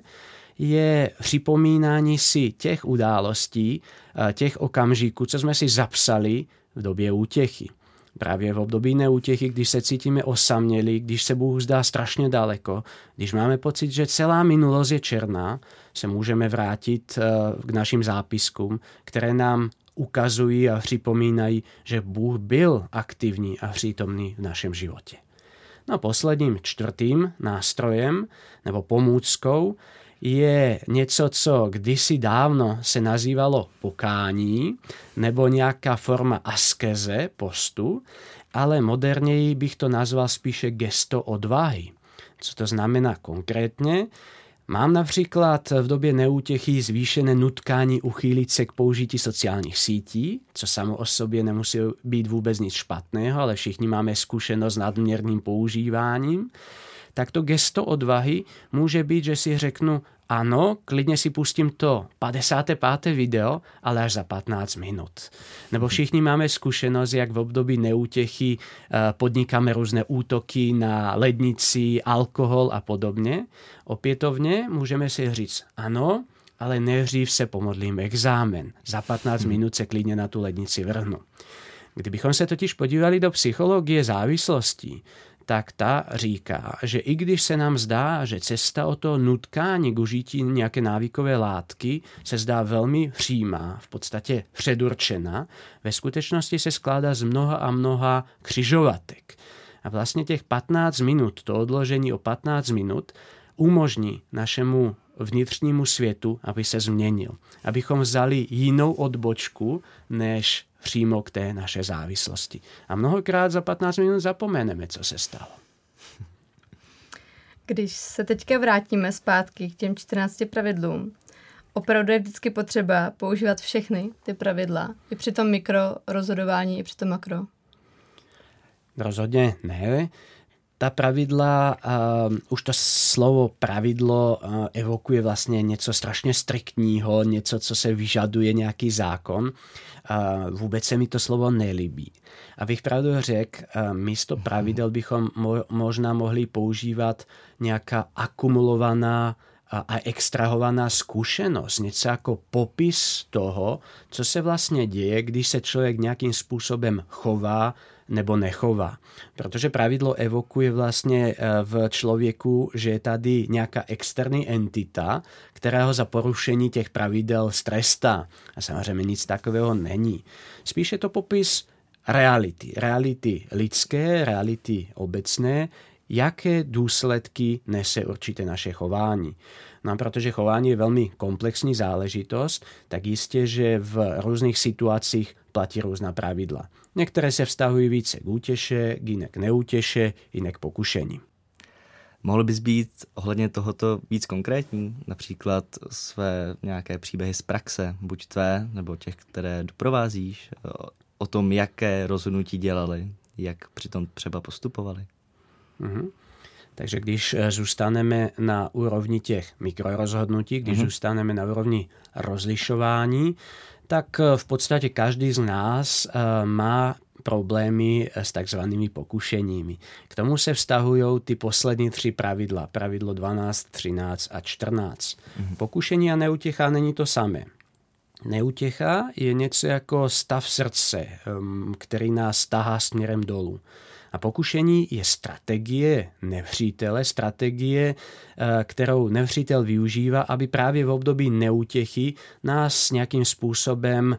je připomínání si těch událostí, těch okamžiků, co jsme si zapsali v době útěchy. Právě v období neútěchy, když se cítíme osamělí, když se Bůh zdá strašně daleko, když máme pocit, že celá minulost je černá, se můžeme vrátit k našim zápiskům, které nám ukazují a připomínají, že Bůh byl aktivní a přítomný v našem životě. No a posledním čtvrtým nástrojem nebo pomůckou je něco, co kdysi dávno se nazývalo pokání nebo nějaká forma askeze, postu, ale moderněji bych to nazval spíše gesto odvahy. Co to znamená konkrétně? Mám například v době neútěchy zvýšené nutkání uchýlit se k použití sociálních sítí, co samo o sobě nemusí být vůbec nic špatného, ale všichni máme zkušenost s nadměrným používáním. Tak to gesto odvahy může být, že si řeknu, ano, klidně si pustím to padesáté páté video, ale až za patnáct minut. Nebo všichni máme zkušenost, jak v období neútěchy podnikáme různé útoky na lednici, alkohol a podobně. Opětovně můžeme si říct, ano, ale nejdřív se pomodlím exámen. Za patnáct minut se klidně na tu lednici vrhnu. Kdybychom se totiž podívali do psychologie závislostí, tak ta říká, že i když se nám zdá, že cesta o to nutkání k užití nějaké návykové látky se zdá velmi přímá, v podstatě předurčená, ve skutečnosti se skládá z mnoha a mnoha křižovatek. A vlastně těch patnáct minut, to odložení o patnáct minut, umožní našemu vnitřnímu světu, aby se změnil. Abychom vzali jinou odbočku, než přímo k té naše závislosti. A mnohokrát za patnáct minut zapomeneme, co se stalo. Když se teďka vrátíme zpátky k těm čtrnácti pravidlům, opravdu je vždycky potřeba používat všechny ty pravidla, i při tom mikro rozhodování, i při tom makro? Rozhodně ne. Ta pravidla, uh, už to slovo pravidlo uh, evokuje vlastně něco strašně striktního, něco, co se vyžaduje, nějaký zákon. Uh, vůbec se mi to slovo nelíbí. Abych pravdu řekl, uh, místo pravidel bychom mo- možná mohli používat nějaká akumulovaná a extrahovaná zkušenost, něco jako popis toho, co se vlastně děje, když se člověk nějakým způsobem chová nebo nechová. Protože pravidlo evokuje vlastně v člověku, že je tady nějaká externí entita, která ho za porušení těch pravidel strestá. A samozřejmě nic takového není. Spíše to popis reality. Reality lidské, reality obecné, jaké důsledky nese určitě naše chování. No a protože chování je velmi komplexní záležitost, tak jistě, že v různých situacích platí různá pravidla. Některé se vztahují více k útěše, jiné k neútěše, jiné k pokušení. Mohl bys být ohledně tohoto víc konkrétní? Například své nějaké příběhy z praxe, buď tvé, nebo těch, které doprovázíš, o tom, jaké rozhodnutí dělali, jak přitom třeba postupovali? Mhm. Takže když zůstaneme na úrovni těch mikrorozhodnutí, když mm-hmm. zůstaneme na úrovni rozlišování, tak v podstate každý z nás má problémy s takzvanými pokušeními. K tomu se vztahují ty poslední tři pravidla. Pravidlo dvanásť, trinásť a čtrnásť. Mm-hmm. Pokušení a neutěcha není to samé. Neutěcha je něco jako stav srdce, který nás tahá směrem dolů. A pokušení je strategie nevřítele, strategie, kterou nevřítel využívá, aby právě v období neútěchy nás nějakým způsobem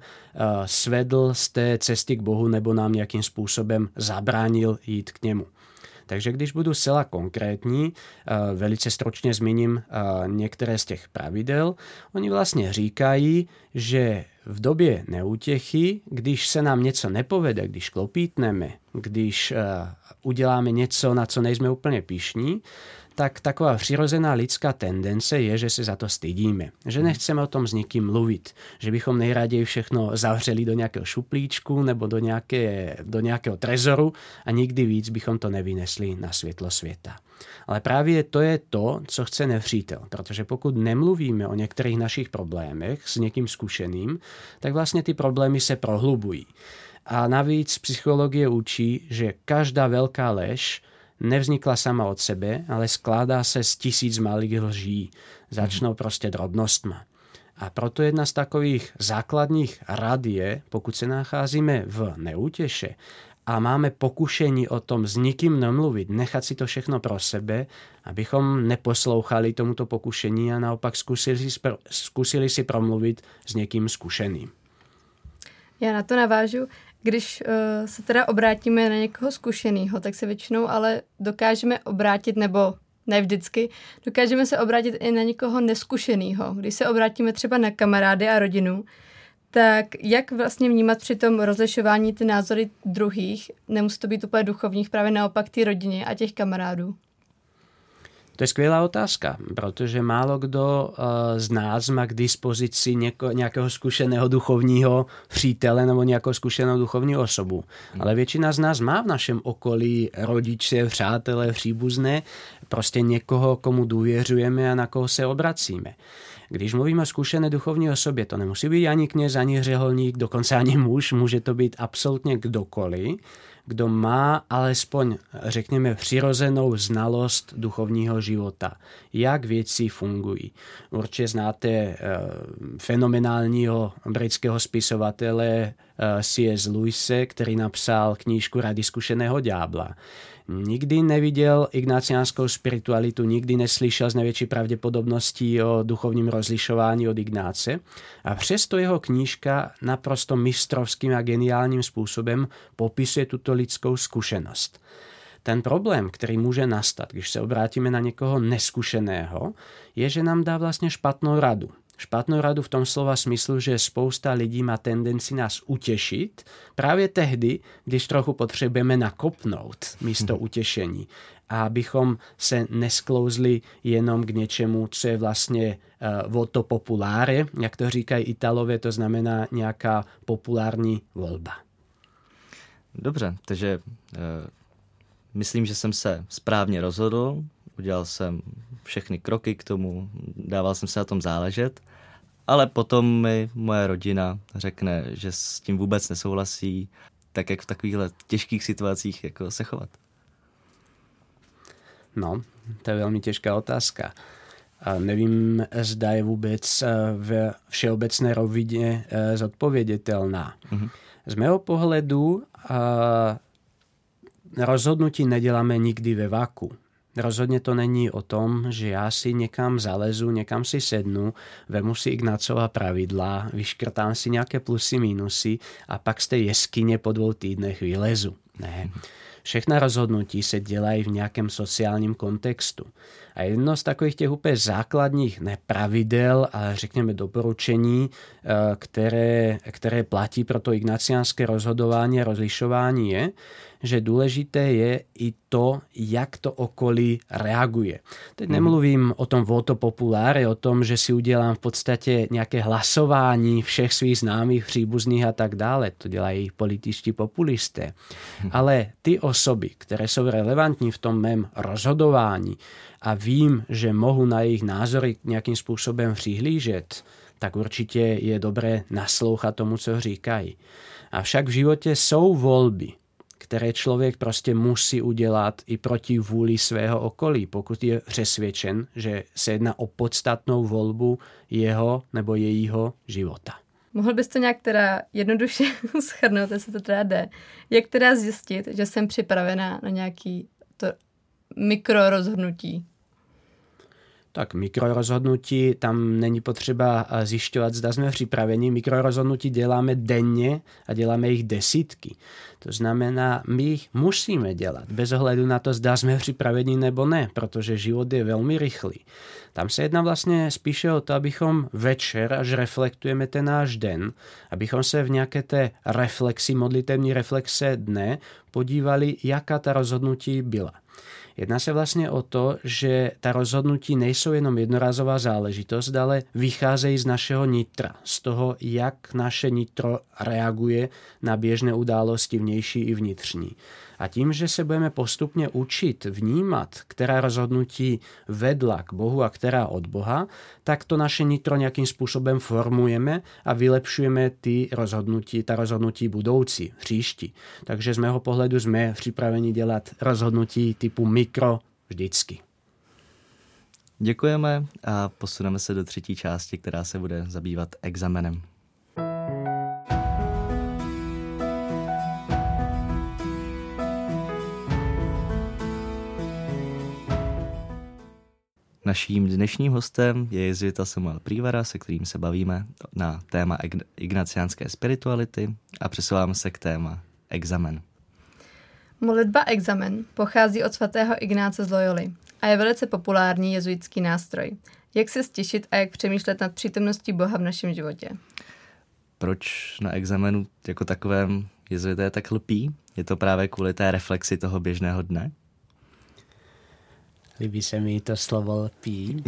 svedl z té cesty k Bohu nebo nám nějakým způsobem zabránil jít k němu. Takže když budu zcela konkrétní, velice stručně zmíním některé z těch pravidel. Oni vlastně říkají, že v době neútěchy, když se nám něco nepovede, když klopítneme, když uděláme něco, na co nejsme úplně pyšní, tak taková přirozená lidská tendence je, že se za to stydíme. Že nechceme o tom s nikým mluvit. Že bychom nejraději všechno zavřeli do nějakého šuplíčku nebo do, nějaké, do nějakého trezoru a nikdy víc bychom to nevynesli na světlo světa. Ale právě to je to, co chce nepřítel. Protože pokud nemluvíme o některých našich problémech s někým zkušeným, tak vlastně ty problémy se prohlubují. A navíc psychologie učí, že každá velká lež nevznikla sama od sebe, ale skládá se z tisíc malých lží. Začnou prostě drobnostma. A proto jedna z takových základních rad je, pokud se nacházíme v neútěše a máme pokušení o tom s nikým nemluvit, nechat si to všechno pro sebe, abychom neposlouchali tomuto pokušení a naopak zkusili, zkusili si promluvit s někým zkušeným. Já na to navážu. Když uh, se teda obrátíme na někoho zkušenýho, tak se většinou ale dokážeme obrátit, nebo ne vždycky, dokážeme se obrátit i na někoho neskušenýho. Když se obrátíme třeba na kamarády a rodinu, tak jak vlastně vnímat při tom rozlišování ty názory druhých, nemusí to být úplně duchovních, právě naopak ty rodině a těch kamarádů? To je skvělá otázka, protože málo kdo uh, z nás má k dispozici něko, nějakého zkušeného duchovního přítele nebo nějakou zkušenou duchovní osobu. Hmm. Ale většina z nás má v našem okolí rodiče, přátelé, příbuzné, prostě někoho, komu důvěřujeme a na koho se obracíme. Když mluvíme o zkušené duchovní osobě, to nemusí být ani kněz, ani řeholník, dokonce ani muž, může to být absolutně kdokoliv, kdo má alespoň, řekněme, přirozenou znalost duchovního života. Jak věci fungují. Určitě znáte e, fenomenálního britského spisovatele e, C S Lewise, který napsal knížku Rady zkušeného ďábla. Nikdy neviděl ignáciánskou spiritualitu, nikdy neslyšel z největší pravděpodobností o duchovním rozlišování od Ignáce a přesto jeho knížka naprosto mistrovským a geniálním způsobem popisuje tuto lidskou zkušenost. Ten problém, který může nastat, když se obrátíme na někoho neskušeného, je, že nám dá vlastně špatnou radu. Špatnou radu v tom slova smyslu, že spousta lidí má tendenci nás utěšit právě tehdy, když trochu potřebujeme nakopnout místo utěšení. A abychom se nesklouzli jenom k něčemu, co je vlastně uh, voto populare, jak to říkají Italové, to znamená nějaká populární volba. Dobře, takže uh, myslím, že jsem se správně rozhodl. Udělal jsem všechny kroky k tomu, dával jsem se na tom záležet, ale potom mi moje rodina řekne, že s tím vůbec nesouhlasí, tak jak v takovýchhle těžkých situacích jako se chovat. No, to je velmi těžká otázka. A nevím, zda je vůbec v všeobecné rovině zodpověditelná. Mm-hmm. Z mého pohledu rozhodnutí neděláme nikdy ve váku. Rozhodně to není o tom, že já si někam zalezu, někam si sednu, vemu si Ignácova pravidla, vyškrtám si nějaké plusy, minusy a pak z té jeskyně po dvou týdnech vylezu. Ne. Všechna rozhodnutí se dělají v nějakém sociálním kontextu. A jedno z takových těch úplně základních nepravidel a řekněme doporučení, které, které platí pro to ignaciánské rozhodování a rozlišování je, že důležité je i to, jak to okolí reaguje. Teď nemluvím o tom voto populare, o tom, že si udělám v podstatě nějaké hlasování všech svých známých, příbuzných a tak dále. To dělají političtí populisté. Ale ty osoby, které jsou relevantní v tom mém rozhodování a vím, že mohu na jejich názory nějakým způsobem přihlížet, tak určitě je dobré naslouchat tomu, co říkají. Avšak v životě jsou volby, které člověk prostě musí udělat i proti vůli svého okolí, pokud je přesvědčen, že se jedná o podstatnou volbu jeho nebo jejího života. Mohl bys to nějak teda jednoduše shrnout, jestli to teda jde. Jak teda zjistit, že jsem připravená na nějaký to mikrorozhodnutí? Tak mikrorozhodnutí, tam není potřeba zjišťovat, zda jsme připraveni. Mikrorozhodnutí děláme denně a děláme jich desítky. To znamená, my jich musíme dělat, bez ohledu na to, zda jsme připraveni nebo ne, protože život je velmi rychlý. Tam se jedná vlastně spíše o to, abychom večer, až reflektujeme ten náš den, abychom se v nějaké té reflexi, modlitevní reflexe dne podívali, jaká ta rozhodnutí byla. Jedná se vlastně o to, že ta rozhodnutí nejsou jenom jednorázová záležitost, ale vycházejí z našeho nitra, z toho, jak naše nitro reaguje na běžné události vnější i vnitřní. A tím, že se budeme postupně učit vnímat, která rozhodnutí vedla k Bohu a která od Boha, tak to naše nitro nějakým způsobem formujeme a vylepšujeme ty rozhodnutí, ta rozhodnutí budoucí, příští. Takže z mého pohledu jsme připraveni dělat rozhodnutí typu mikro vždycky. Děkujeme a posuneme se do třetí části, která se bude zabývat examenem. Naším dnešním hostem je jezuita Samuel Prývara, se kterým se bavíme na téma ignaciánské spirituality a přesouváme se k téma examen. Modlitba examen pochází od svatého Ignáce z Loyoly a je velice populární jezuitský nástroj. Jak se stěšit a jak přemýšlet nad přítomností Boha v našem životě? Proč na examenu jako takovém jezuité tak lpí? Je to právě kvůli té reflexi toho běžného dne? Líbí se mi to slovo lpí.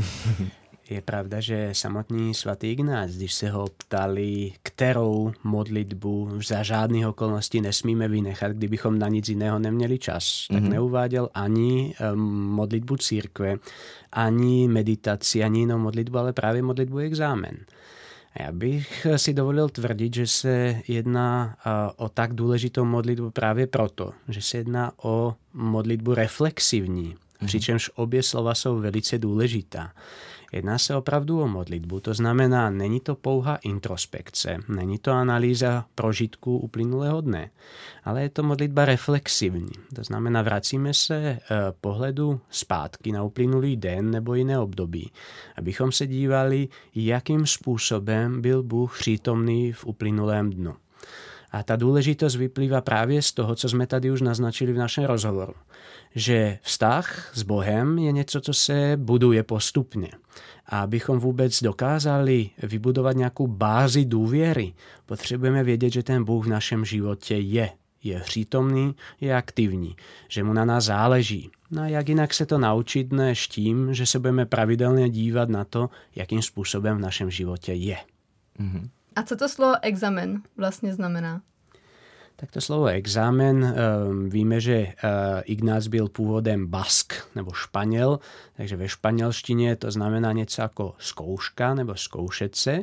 Je pravda, že samotný svatý Ignác, když se ho ptali, kterou modlitbu za žádných okolností nesmíme vynechat, kdybychom na nic jiného neměli čas, tak mm-hmm. neuváděl ani um, modlitbu církve, ani meditaci, ani jinou modlitbu, ale právě modlitbu examen. Já bych si dovolil tvrdit, že se jedná o tak důležitou modlitbu právě proto, že se jedná o modlitbu reflexivní, přičemž obě slova jsou velice důležitá. Jedná se opravdu o modlitbu, to znamená, není to pouhá introspekce, není to analýza prožitků uplynulého dne, ale je to modlitba reflexivní. To znamená, vracíme se pohledu zpátky na uplynulý den nebo jiné období, abychom se dívali, jakým způsobem byl Bůh přítomný v uplynulém dnu. A ta důležitost vyplývá právě z toho, co jsme tady už naznačili v našem rozhovoru. Že vztah s Bohem je něco, co se buduje postupně. A abychom vůbec dokázali vybudovat nějakou bázi důvěry, potřebujeme vědět, že ten Bůh v našem životě je. Je přítomný, je aktivní, že mu na nás záleží. No a jak jinak se to naučit, než tím, že se budeme pravidelně dívat na to, jakým způsobem v našem životě je. Mhm. A co to slovo examen vlastně znamená? Tak to slovo examen, víme, že Ignác byl původem Bask nebo Španěl, takže ve španělštině to znamená něco jako zkouška nebo zkoušet se.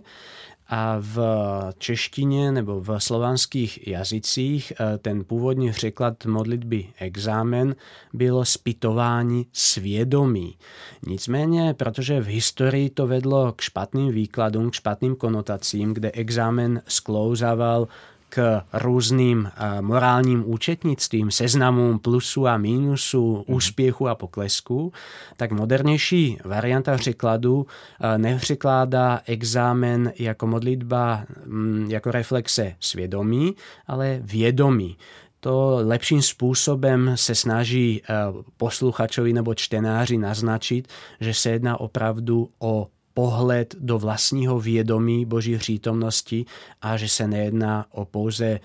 A v češtině nebo v slovanských jazycích ten původní překlad modlitby examen bylo zpytování svědomí. Nicméně, protože v historii to vedlo k špatným výkladům, k špatným konotacím, kde examen sklouzával k různým morálním účetnictvím, seznamům plusů a mínusů, úspěchu a poklesku, tak modernější varianta překladu nepřekládá examen jako modlitba, jako reflexe svědomí, ale vědomí. To lepším způsobem se snaží posluchačovi nebo čtenáři naznačit, že se jedná opravdu o pohled do vlastního vědomí Boží přítomnosti a že se nejedná o pouze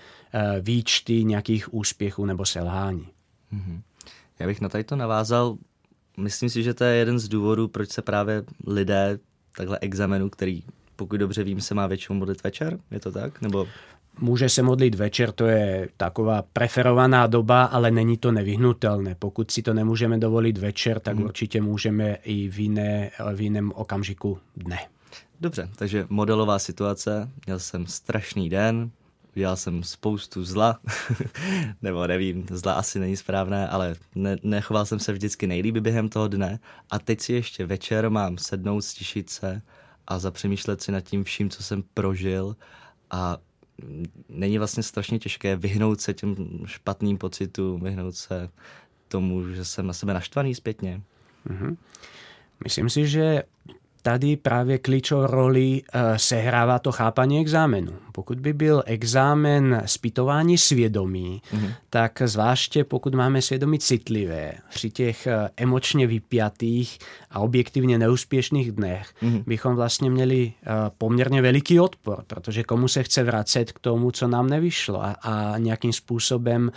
výčty nějakých úspěchů nebo selhání. Mm-hmm. Já bych na tady to navázal. Myslím si, že to je jeden z důvodů, proč se právě lidé takhle examenu, který, pokud dobře vím, se má většinou modlit večer. Je to tak? Nebo... Může se modlit večer, to je taková preferovaná doba, ale není to nevyhnutelné. Pokud si to nemůžeme dovolit večer, tak hmm. určitě můžeme i v, jiné, v jiném okamžiku dne. Dobře, takže modelová situace, měl jsem strašný den, udělal jsem spoustu zla, nebo nevím, zla asi není správné, ale ne, nechoval jsem se vždycky nejlíp během toho dne a teď si ještě večer mám sednout, stišit se a zapřemýšlet si nad tím vším, co jsem prožil a není vlastně strašně těžké vyhnout se těm špatným pocitům, vyhnout se tomu, že jsem na sebe naštvaný zpětně. Mm-hmm. Myslím si, že tady právě klíčovou roli uh, sehrává to chápání exámenu. Pokud by byl exámen zpytování svědomí, mm-hmm. tak zvláště pokud máme svědomí citlivé, při těch uh, emočně vypjatých a objektivně neúspěšných dnech, mm-hmm. bychom vlastně měli uh, poměrně veliký odpor, protože komu se chce vracet k tomu, co nám nevyšlo a, a nějakým způsobem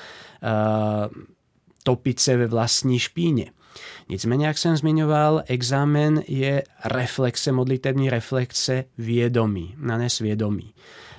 uh, topit se ve vlastní špíně. Nicméně, jak jsem zmiňoval, exámen je reflexe, modlitební reflexe vědomí, na nesvědomí.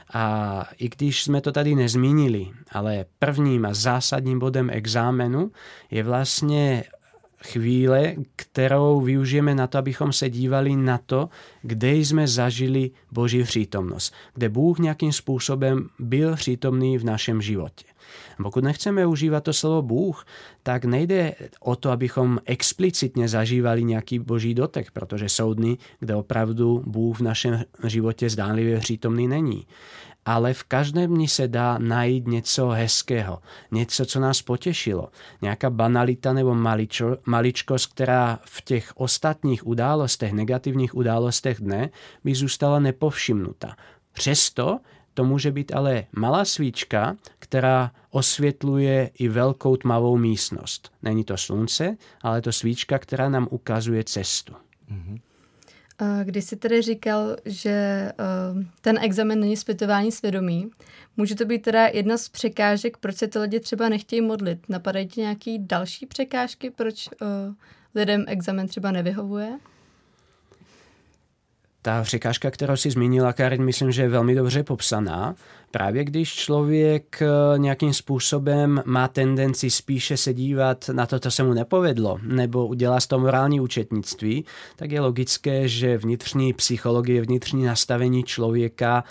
A i když jsme to tady nezmínili, ale prvním a zásadním bodem exámenu je vlastně chvíle, kterou využijeme na to, abychom se dívali na to, kde jsme zažili Boží přítomnost, kde Bůh nějakým způsobem byl přítomný v našem životě. Pokud nechceme užívat to slovo Bůh, tak nejde o to, abychom explicitně zažívali nějaký Boží dotek, protože jsou dny, kde opravdu Bůh v našem životě zdánlivě přítomný není. Ale v každém dni se dá najít něco hezkého, něco, co nás potěšilo. Nějaká banalita nebo maličo, maličkost, která v těch ostatních událostech, negativních událostech dne by zůstala nepovšimnuta. Přesto to může být ale malá svíčka, která osvětluje i velkou tmavou místnost. Není to slunce, ale to svíčka, která nám ukazuje cestu. Mm-hmm. Když jsi tedy říkal, že ten examen není zpytování svědomí, může to být teda jedna z překážek, proč se ty lidi třeba nechtějí modlit. Napadají ti nějaké další překážky, proč lidem examen třeba nevyhovuje? Ta překážka, kterou si zmínila, Karin, myslím, že je velmi dobře popsaná. Právě když člověk nějakým způsobem má tendenci spíše se dívat na to, co se mu nepovedlo, nebo udělá z toho morální účetnictví, tak je logické, že vnitřní psychologie, vnitřní nastavení člověka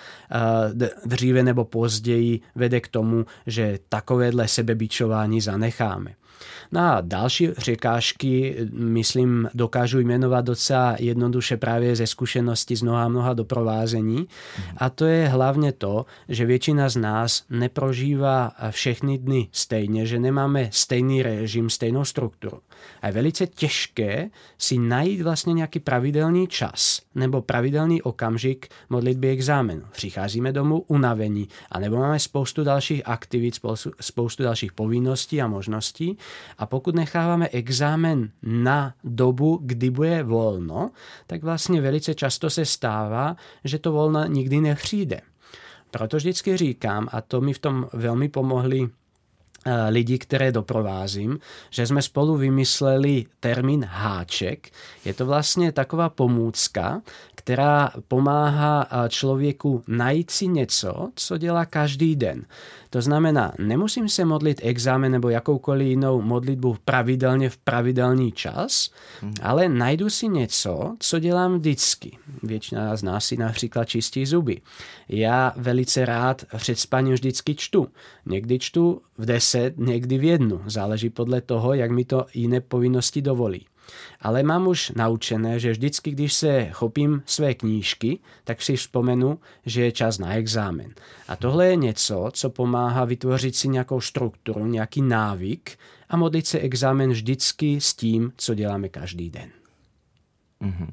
dříve nebo později vede k tomu, že takovéhle sebebičování zanecháme. No a další překážky, myslím, dokážu jmenovat docela jednoduše právě ze zkušenosti z mnoha mnoha doprovázení. A to je hlavně to, že většina z nás neprožívá všechny dny stejně, že nemáme stejný režim, stejnou strukturu. A je velice těžké si najít vlastně nějaký pravidelný čas nebo pravidelný okamžik modlitby exámenu. Přicházíme domů unavení, anebo máme spoustu dalších aktivit, spoustu, spoustu dalších povinností a možností. A pokud necháváme exámen na dobu, kdy bude volno, tak vlastně velice často se stává, že to volno nikdy nepřijde. Proto vždycky říkám, a to mi v tom velmi pomohli lidi, které doprovázím, že jsme spolu vymysleli termín háček. Je to vlastně taková pomůcka, která pomáhá člověku najít si něco, co dělá každý den. To znamená, nemusím se modlit exámen nebo jakoukoliv jinou modlitbu pravidelně v pravidelný čas, hmm. ale najdu si něco, co dělám vždycky. Většina z nás si například čistí zuby. Já velice rád před spaním vždycky čtu. Někdy čtu v deset, někdy v jednu. Záleží podle toho, jak mi to jiné povinnosti dovolí. Ale mám už naučené, že vždycky, když se chopím své knížky, tak si vzpomenu, že je čas na exámen. A tohle je něco, co pomáhá vytvořit si nějakou strukturu, nějaký návyk a modlit se exámen vždycky s tím, co děláme každý den. Mm-hmm.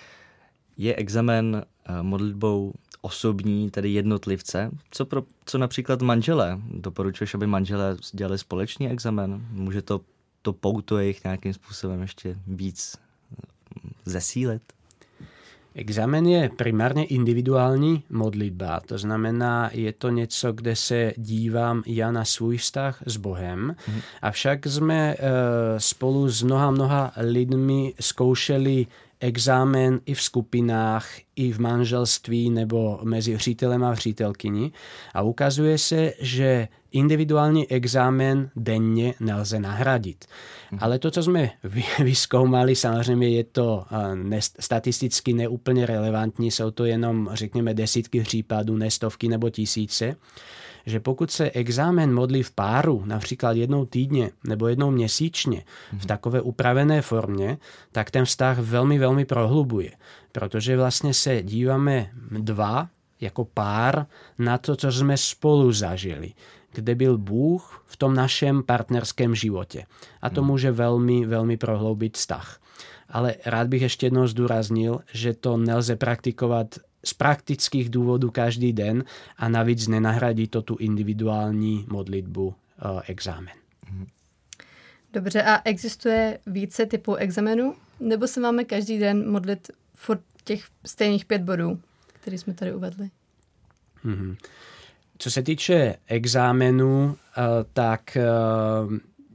Je examen modlitbou osobní, tedy jednotlivce? Co, pro, co například manželé? Doporučuješ, aby manželé dělali společný examen? Může to to pouto jejich nějakým způsobem ještě víc zesílit? Examen je primárně individuální modlitba, to znamená, je to něco, kde se dívám já na svůj vztah s Bohem, mm. avšak jsme e, spolu s mnoha mnoha lidmi zkoušeli examen i v skupinách, i v manželství nebo mezi hřitelem a hřitelkyni a ukazuje se, že individuální exámen denně nelze nahradit. Ale to, co jsme vyzkoumali, samozřejmě je to statisticky neúplně relevantní, jsou to jenom, řekněme, desítky případů, ne stovky nebo tisíce, že pokud se exámen modlí v páru, například jednou týdně nebo jednou měsíčně v takové upravené formě, tak ten vztah velmi, velmi prohlubuje. Protože vlastně se díváme dva jako pár na to, co jsme spolu zažili, kde byl Bůh v tom našem partnerském životě. A to může velmi, velmi prohloubit vztah. Ale rád bych ještě jednou zdůraznil, že to nelze praktikovat z praktických důvodů každý den a navíc nenahradí to tu individuální modlitbu uh, exámen. Dobře, a existuje více typů examenů? Nebo se máme každý den modlit furt těch stejných pět bodů, které jsme tady uvedli? Mm-hmm. Co se týče exámenů, uh, tak uh,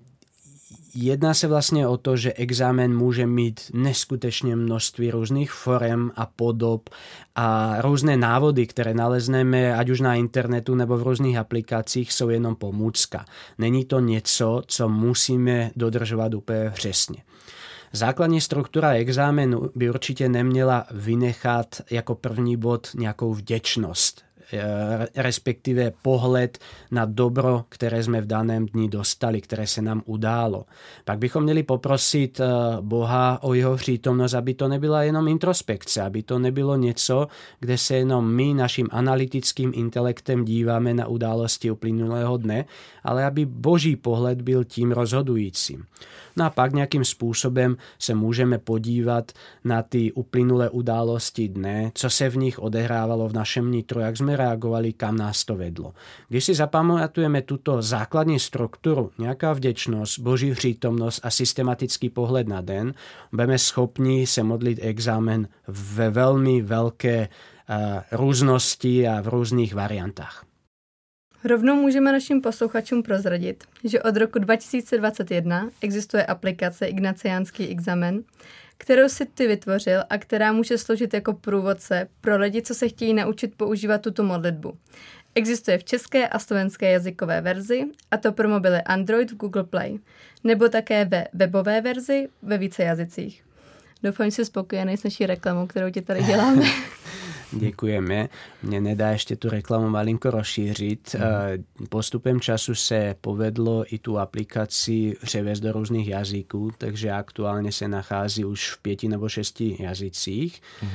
jedná se vlastně o to, že exámen může mít neskutečně množství různých forem a podob a různé návody, které nalezneme ať už na internetu nebo v různých aplikacích, jsou jenom pomůcka. Není to něco, co musíme dodržovat úplně přesně. Základní struktura exámenu by určitě neměla vynechat jako první bod nějakou vděčnost, respektive pohled na dobro, které jsme v daném dni dostali, které se nám událo. Pak bychom měli poprosit Boha o jeho přítomnost, aby to nebyla jenom introspekce, aby to nebylo něco, kde se jenom my naším analytickým intelektem díváme na události uplynulého dne, ale aby Boží pohled byl tím rozhodujícím. No a pak nějakým způsobem se můžeme podívat na ty uplynulé události dne, co se v nich odehrávalo v našem nitru, jak jsme reagovali, kam nás to vedlo. Když si zapamatujeme tuto základní strukturu, nějaká vděčnost, Boží přítomnost a systematický pohled na den, budeme schopni se modlit exámen ve velmi velké uh, různosti a v různých variantách. Rovnou můžeme našim posluchačům prozradit, že od roku dva tisíce dvacet jedna existuje aplikace Ignaciánský examen, kterou si ty vytvořil a která může sloužit jako průvodce pro lidi, co se chtějí naučit používat tuto modlitbu. Existuje v české a slovenské jazykové verzi, a to pro mobily Android v Google Play, nebo také ve webové verzi ve více jazycích. Doufám, že jsi spokojený s naší reklamou, kterou ti tady děláme. Děkujeme. Mně nedá ještě tu reklamu malinko rozšířit. Mm. Postupem času se povedlo i tu aplikaci převést do různých jazyků, takže aktuálně se nachází už v pěti nebo šesti jazycích. Mm.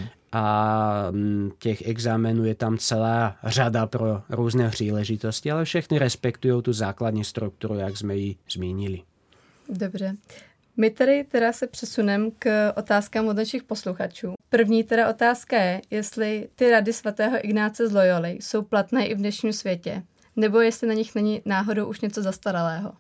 A těch exámenů je tam celá řada pro různé příležitosti, ale všechny respektují tu základní strukturu, jak jsme ji zmínili. Dobře. My tady teda se přesuneme k otázkám od našich posluchačů. První teda otázka je, jestli ty rady svatého Ignáce z Loyoly jsou platné i v dnešním světě, nebo jestli na nich není náhodou už něco zastaralého.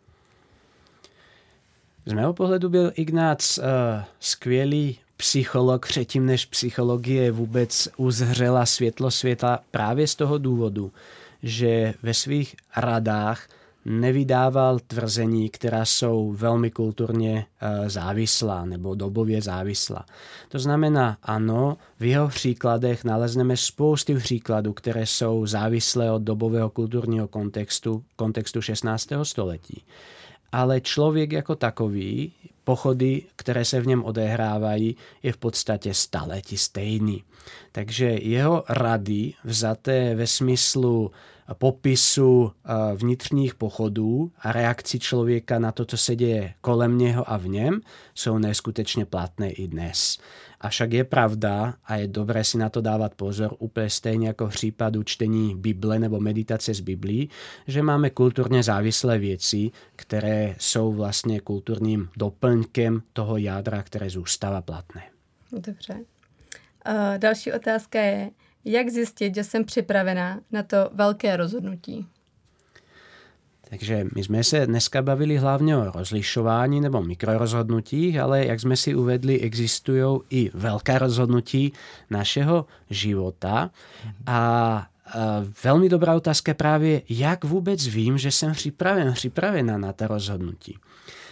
Z mého pohledu byl Ignác uh, skvělý psycholog, předtím než psychologie vůbec uzřela světlo světa právě z toho důvodu, že ve svých radách nevydával tvrzení, která jsou velmi kulturně e, závislá nebo dobově závislá. To znamená, ano, v jeho příkladech nalezneme spousty příkladů, které jsou závislé od dobového kulturního kontextu, kontextu šestnáctého století. Ale člověk jako takový, pochody, které se v něm odehrávají, je v podstatě staletí stejný. Takže jeho rady vzaté ve smyslu popisu vnitřních pochodů a reakci člověka na to, co se děje kolem něho a v něm, jsou neskutečně platné i dnes. Avšak je pravda, a je dobré si na to dávat pozor, úplně stejně jako v případu čtení Bible nebo meditace z Biblí, že máme kulturně závislé věci, které jsou vlastně kulturním doplňkem toho jádra, které zůstává platné. Dobře. Uh, další otázka je, jak zjistit, že jsem připravená na to velké rozhodnutí? Takže my jsme se dneska bavili hlavně o rozlišování nebo mikrorozhodnutích, ale jak jsme si uvedli, existují i velká rozhodnutí našeho života. A, a velmi dobrá otázka právě, jak vůbec vím, že jsem připraven, připravena na ta rozhodnutí.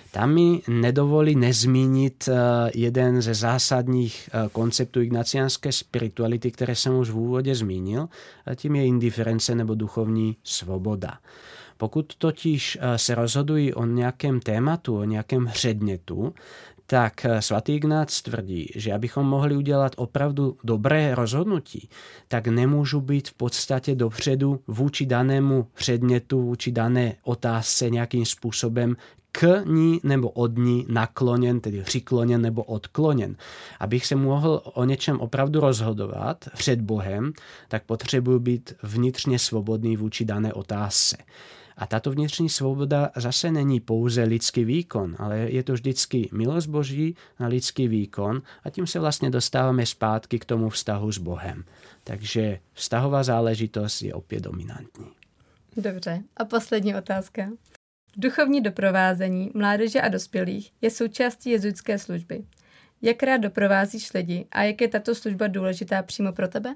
Tam mi nedovolí nezmínit jeden ze zásadních konceptů ignaciánské spirituality, které jsem už v úvodě zmínil, a tím je indiference nebo duchovní svoboda. Pokud totiž se rozhodují o nějakém tématu, o nějakém předmětu, tak svatý Ignác tvrdí, že abychom mohli udělat opravdu dobré rozhodnutí, tak nemůžu být v podstatě dopředu vůči danému předmětu, vůči dané otázce nějakým způsobem k ní nebo od ní nakloněn, tedy přikloněn nebo odkloněn. Abych se mohl o něčem opravdu rozhodovat před Bohem, tak potřebuji být vnitřně svobodný vůči dané otázce. A tato vnitřní svoboda zase není pouze lidský výkon, ale je to vždycky milost Boží na lidský výkon a tím se vlastně dostáváme zpátky k tomu vztahu s Bohem. Takže vztahová záležitost je opět dominantní. Dobře. A poslední otázka. Duchovní doprovázení mládeže a dospělých je součástí jezuitské služby. Jak rád doprovázíš lidi a jak je tato služba důležitá přímo pro tebe?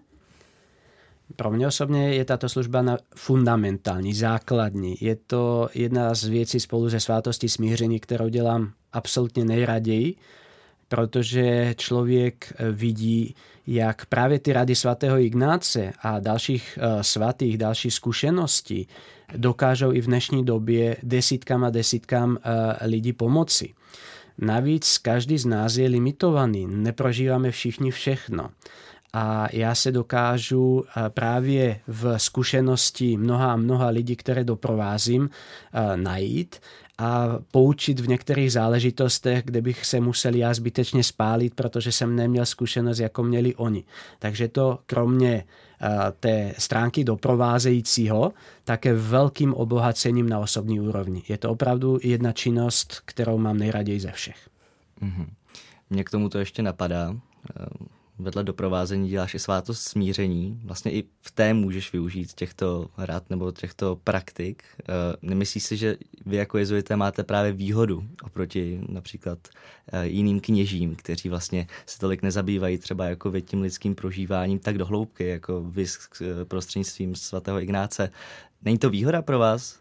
Pro mě osobně je tato služba fundamentální, základní. Je to jedna z věcí spolu se svátostí smíření, kterou dělám absolutně nejraději, protože člověk vidí, jak právě ty rady svatého Ignáce a dalších svatých, další zkušeností dokážou i v dnešní době desítkám a desítkám lidí pomoci. Navíc každý z nás je limitovaný, neprožíváme všichni všechno. A já se dokážu právě v zkušenosti mnoha a mnoha lidí, které doprovázím, najít a poučit v některých záležitostech, kde bych se musel já zbytečně spálit, protože jsem neměl zkušenost, jako měli oni. Takže to kromě té stránky doprovázejícího také velkým obohacením na osobní úrovni. Je to opravdu jedna činnost, kterou mám nejraději ze všech. Mm-hmm. Mně k tomu to ještě napadá. Vedle doprovázení děláš i svátost smíření. Vlastně i v té můžeš využít těchto rad nebo těchto praktik. Nemyslíš si, že vy jako jezuité máte právě výhodu oproti například jiným kněžím, kteří vlastně se tolik nezabývají třeba jako vy tím lidským prožíváním tak do hloubky, jako vy prostřednictvím svatého Ignáce. Není to výhoda pro vás?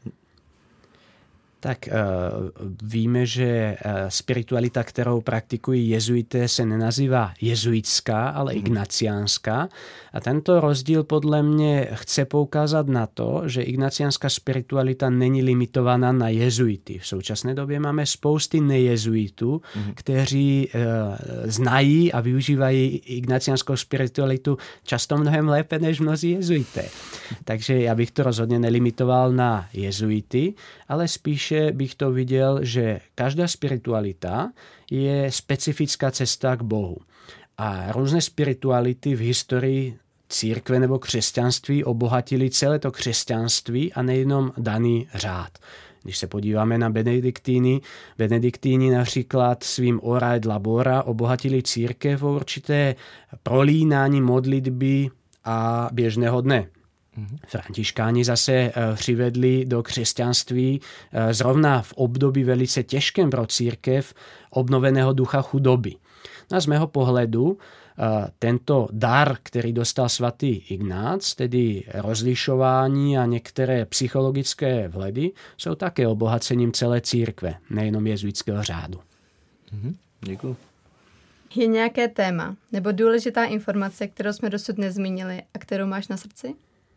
Tak uh, víme, že uh, spiritualita, kterou praktikují jezuité, se nenazývá jezuitská, ale hmm. ignaciánská. A tento rozdíl podle mě chce poukázat na to, že ignaciánská spiritualita není limitovaná na jezuity. V současné době máme spousty nejezuitů, hmm. kteří uh, znají a využívají ignaciánskou spiritualitu často mnohem lépe než mnozí jezuité. Takže já bych to rozhodně nelimitoval na jezuity, ale spíš bych to viděl, že každá spiritualita je specifická cesta k Bohu. A různé spirituality v historii církve nebo křesťanství obohatili celé to křesťanství a nejenom daný řád. Když se podíváme na benediktíny, benediktíni například svým ora et labora obohatili církev o určité prolínání modlitby a běžného dne. Františkáni zase přivedli do křesťanství zrovna v období velice těžkém pro církev obnoveného ducha chudoby. A z mého pohledu tento dar, který dostal svatý Ignác, tedy rozlišování a některé psychologické vhledy, jsou také obohacením celé církve, nejenom jezuitského řádu. Mhm, děkuji. Je nějaké téma nebo důležitá informace, kterou jsme dosud nezmínili a kterou máš na srdci?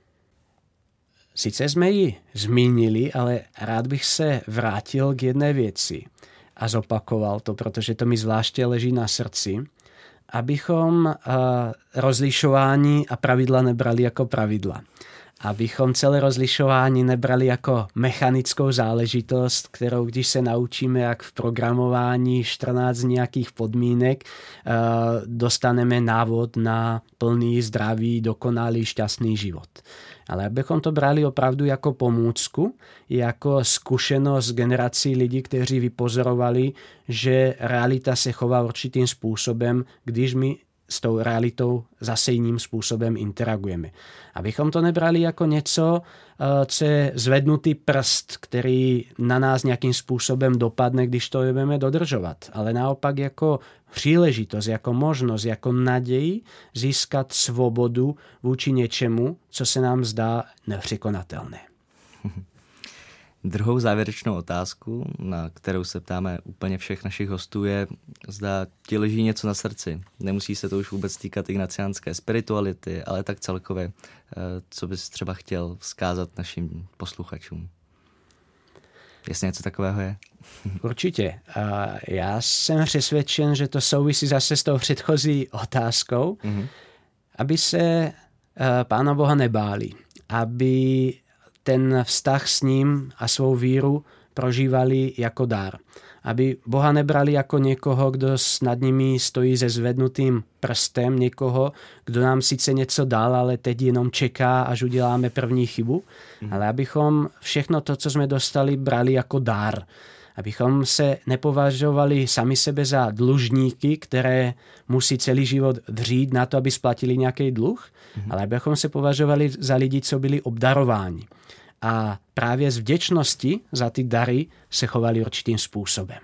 Sice jsme ji zmínili, ale rád bych se vrátil k jedné věci a zopakoval to, protože to mi zvláště leží na srdci, abychom uh, rozlišování a pravidla nebrali jako pravidla. Abychom celé rozlišování nebrali jako mechanickou záležitost, kterou když se naučíme, jak v programování čtrnáct nějakých podmínek, uh, dostaneme návod na plný, zdravý, dokonalý, šťastný život. Ale abychom to brali opravdu jako pomůcku, jako zkušenost generací lidí, kteří vypozorovali, že realita se chová určitým způsobem, když my s tou realitou zase jiným způsobem interagujeme. Abychom to nebrali jako něco, co je zvednutý prst, který na nás nějakým způsobem dopadne, když to budeme dodržovat. Ale naopak jako příležitost, jako možnost, jako naději získat svobodu vůči něčemu, co se nám zdá nepřekonatelné. Druhou závěrečnou otázku, na kterou se ptáme úplně všech našich hostů, je, zda ti leží něco na srdci. Nemusí se to už vůbec týkat ignaciánské spirituality, ale tak celkově, co bys třeba chtěl vzkázat našim posluchačům. Jestli něco takového je? Určitě. Já jsem přesvědčen, že to souvisí zase s tou předchozí otázkou, mm-hmm. aby se Pána Boha nebáli, aby ten vztah s ním a svou víru prožívali jako dar. Aby Boha nebrali jako někoho, kdo nad nimi stojí se zvednutým prstem, někoho, kdo nám sice něco dal, ale teď jenom čeká, až uděláme první chybu, mm. ale abychom všechno to, co jsme dostali, brali jako dar. Abychom se nepovažovali sami sebe za dlužníky, které musí celý život dřít na to, aby splatili nějaký dluh, mm. ale abychom se považovali za lidi, co byli obdarováni. A právě z vděčnosti za ty dary se chovali určitým způsobem.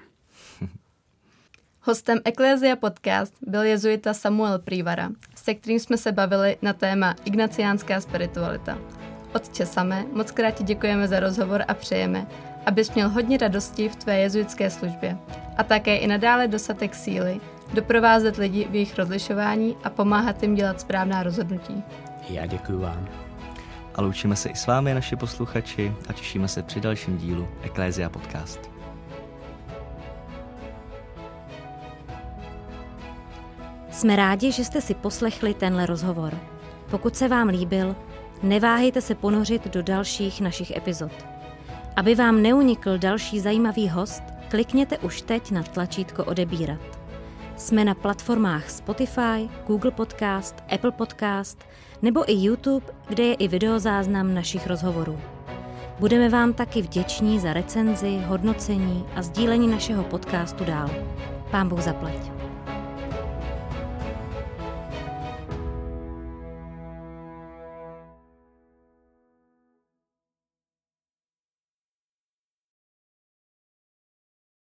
Hostem Ecclesia Podcast byl jezuita Samuel Prývara, se kterým jsme se bavili na téma ignaciánská spiritualita. Otče Same, moc krát ti děkujeme za rozhovor a přejeme, abys měl hodně radosti v tvé jezuitské službě a také i nadále dostatek síly doprovázet lidi v jejich rozlišování a pomáhat jim dělat správná rozhodnutí. Já děkuji vám. A loučíme se i s vámi, naši posluchači, a těšíme se při dalším dílu Ecclesia Podcast. Jsme rádi, že jste si poslechli tenhle rozhovor. Pokud se vám líbil, neváhejte se ponořit do dalších našich epizod. Aby vám neunikl další zajímavý host, klikněte už teď na tlačítko odebírat. Jsme na platformách Spotify, Google Podcast, Apple Podcast nebo i YouTube, kde je i videozáznam našich rozhovorů. Budeme vám taky vděční za recenzi, hodnocení a sdílení našeho podcastu dál. Pán Bůh zaplať.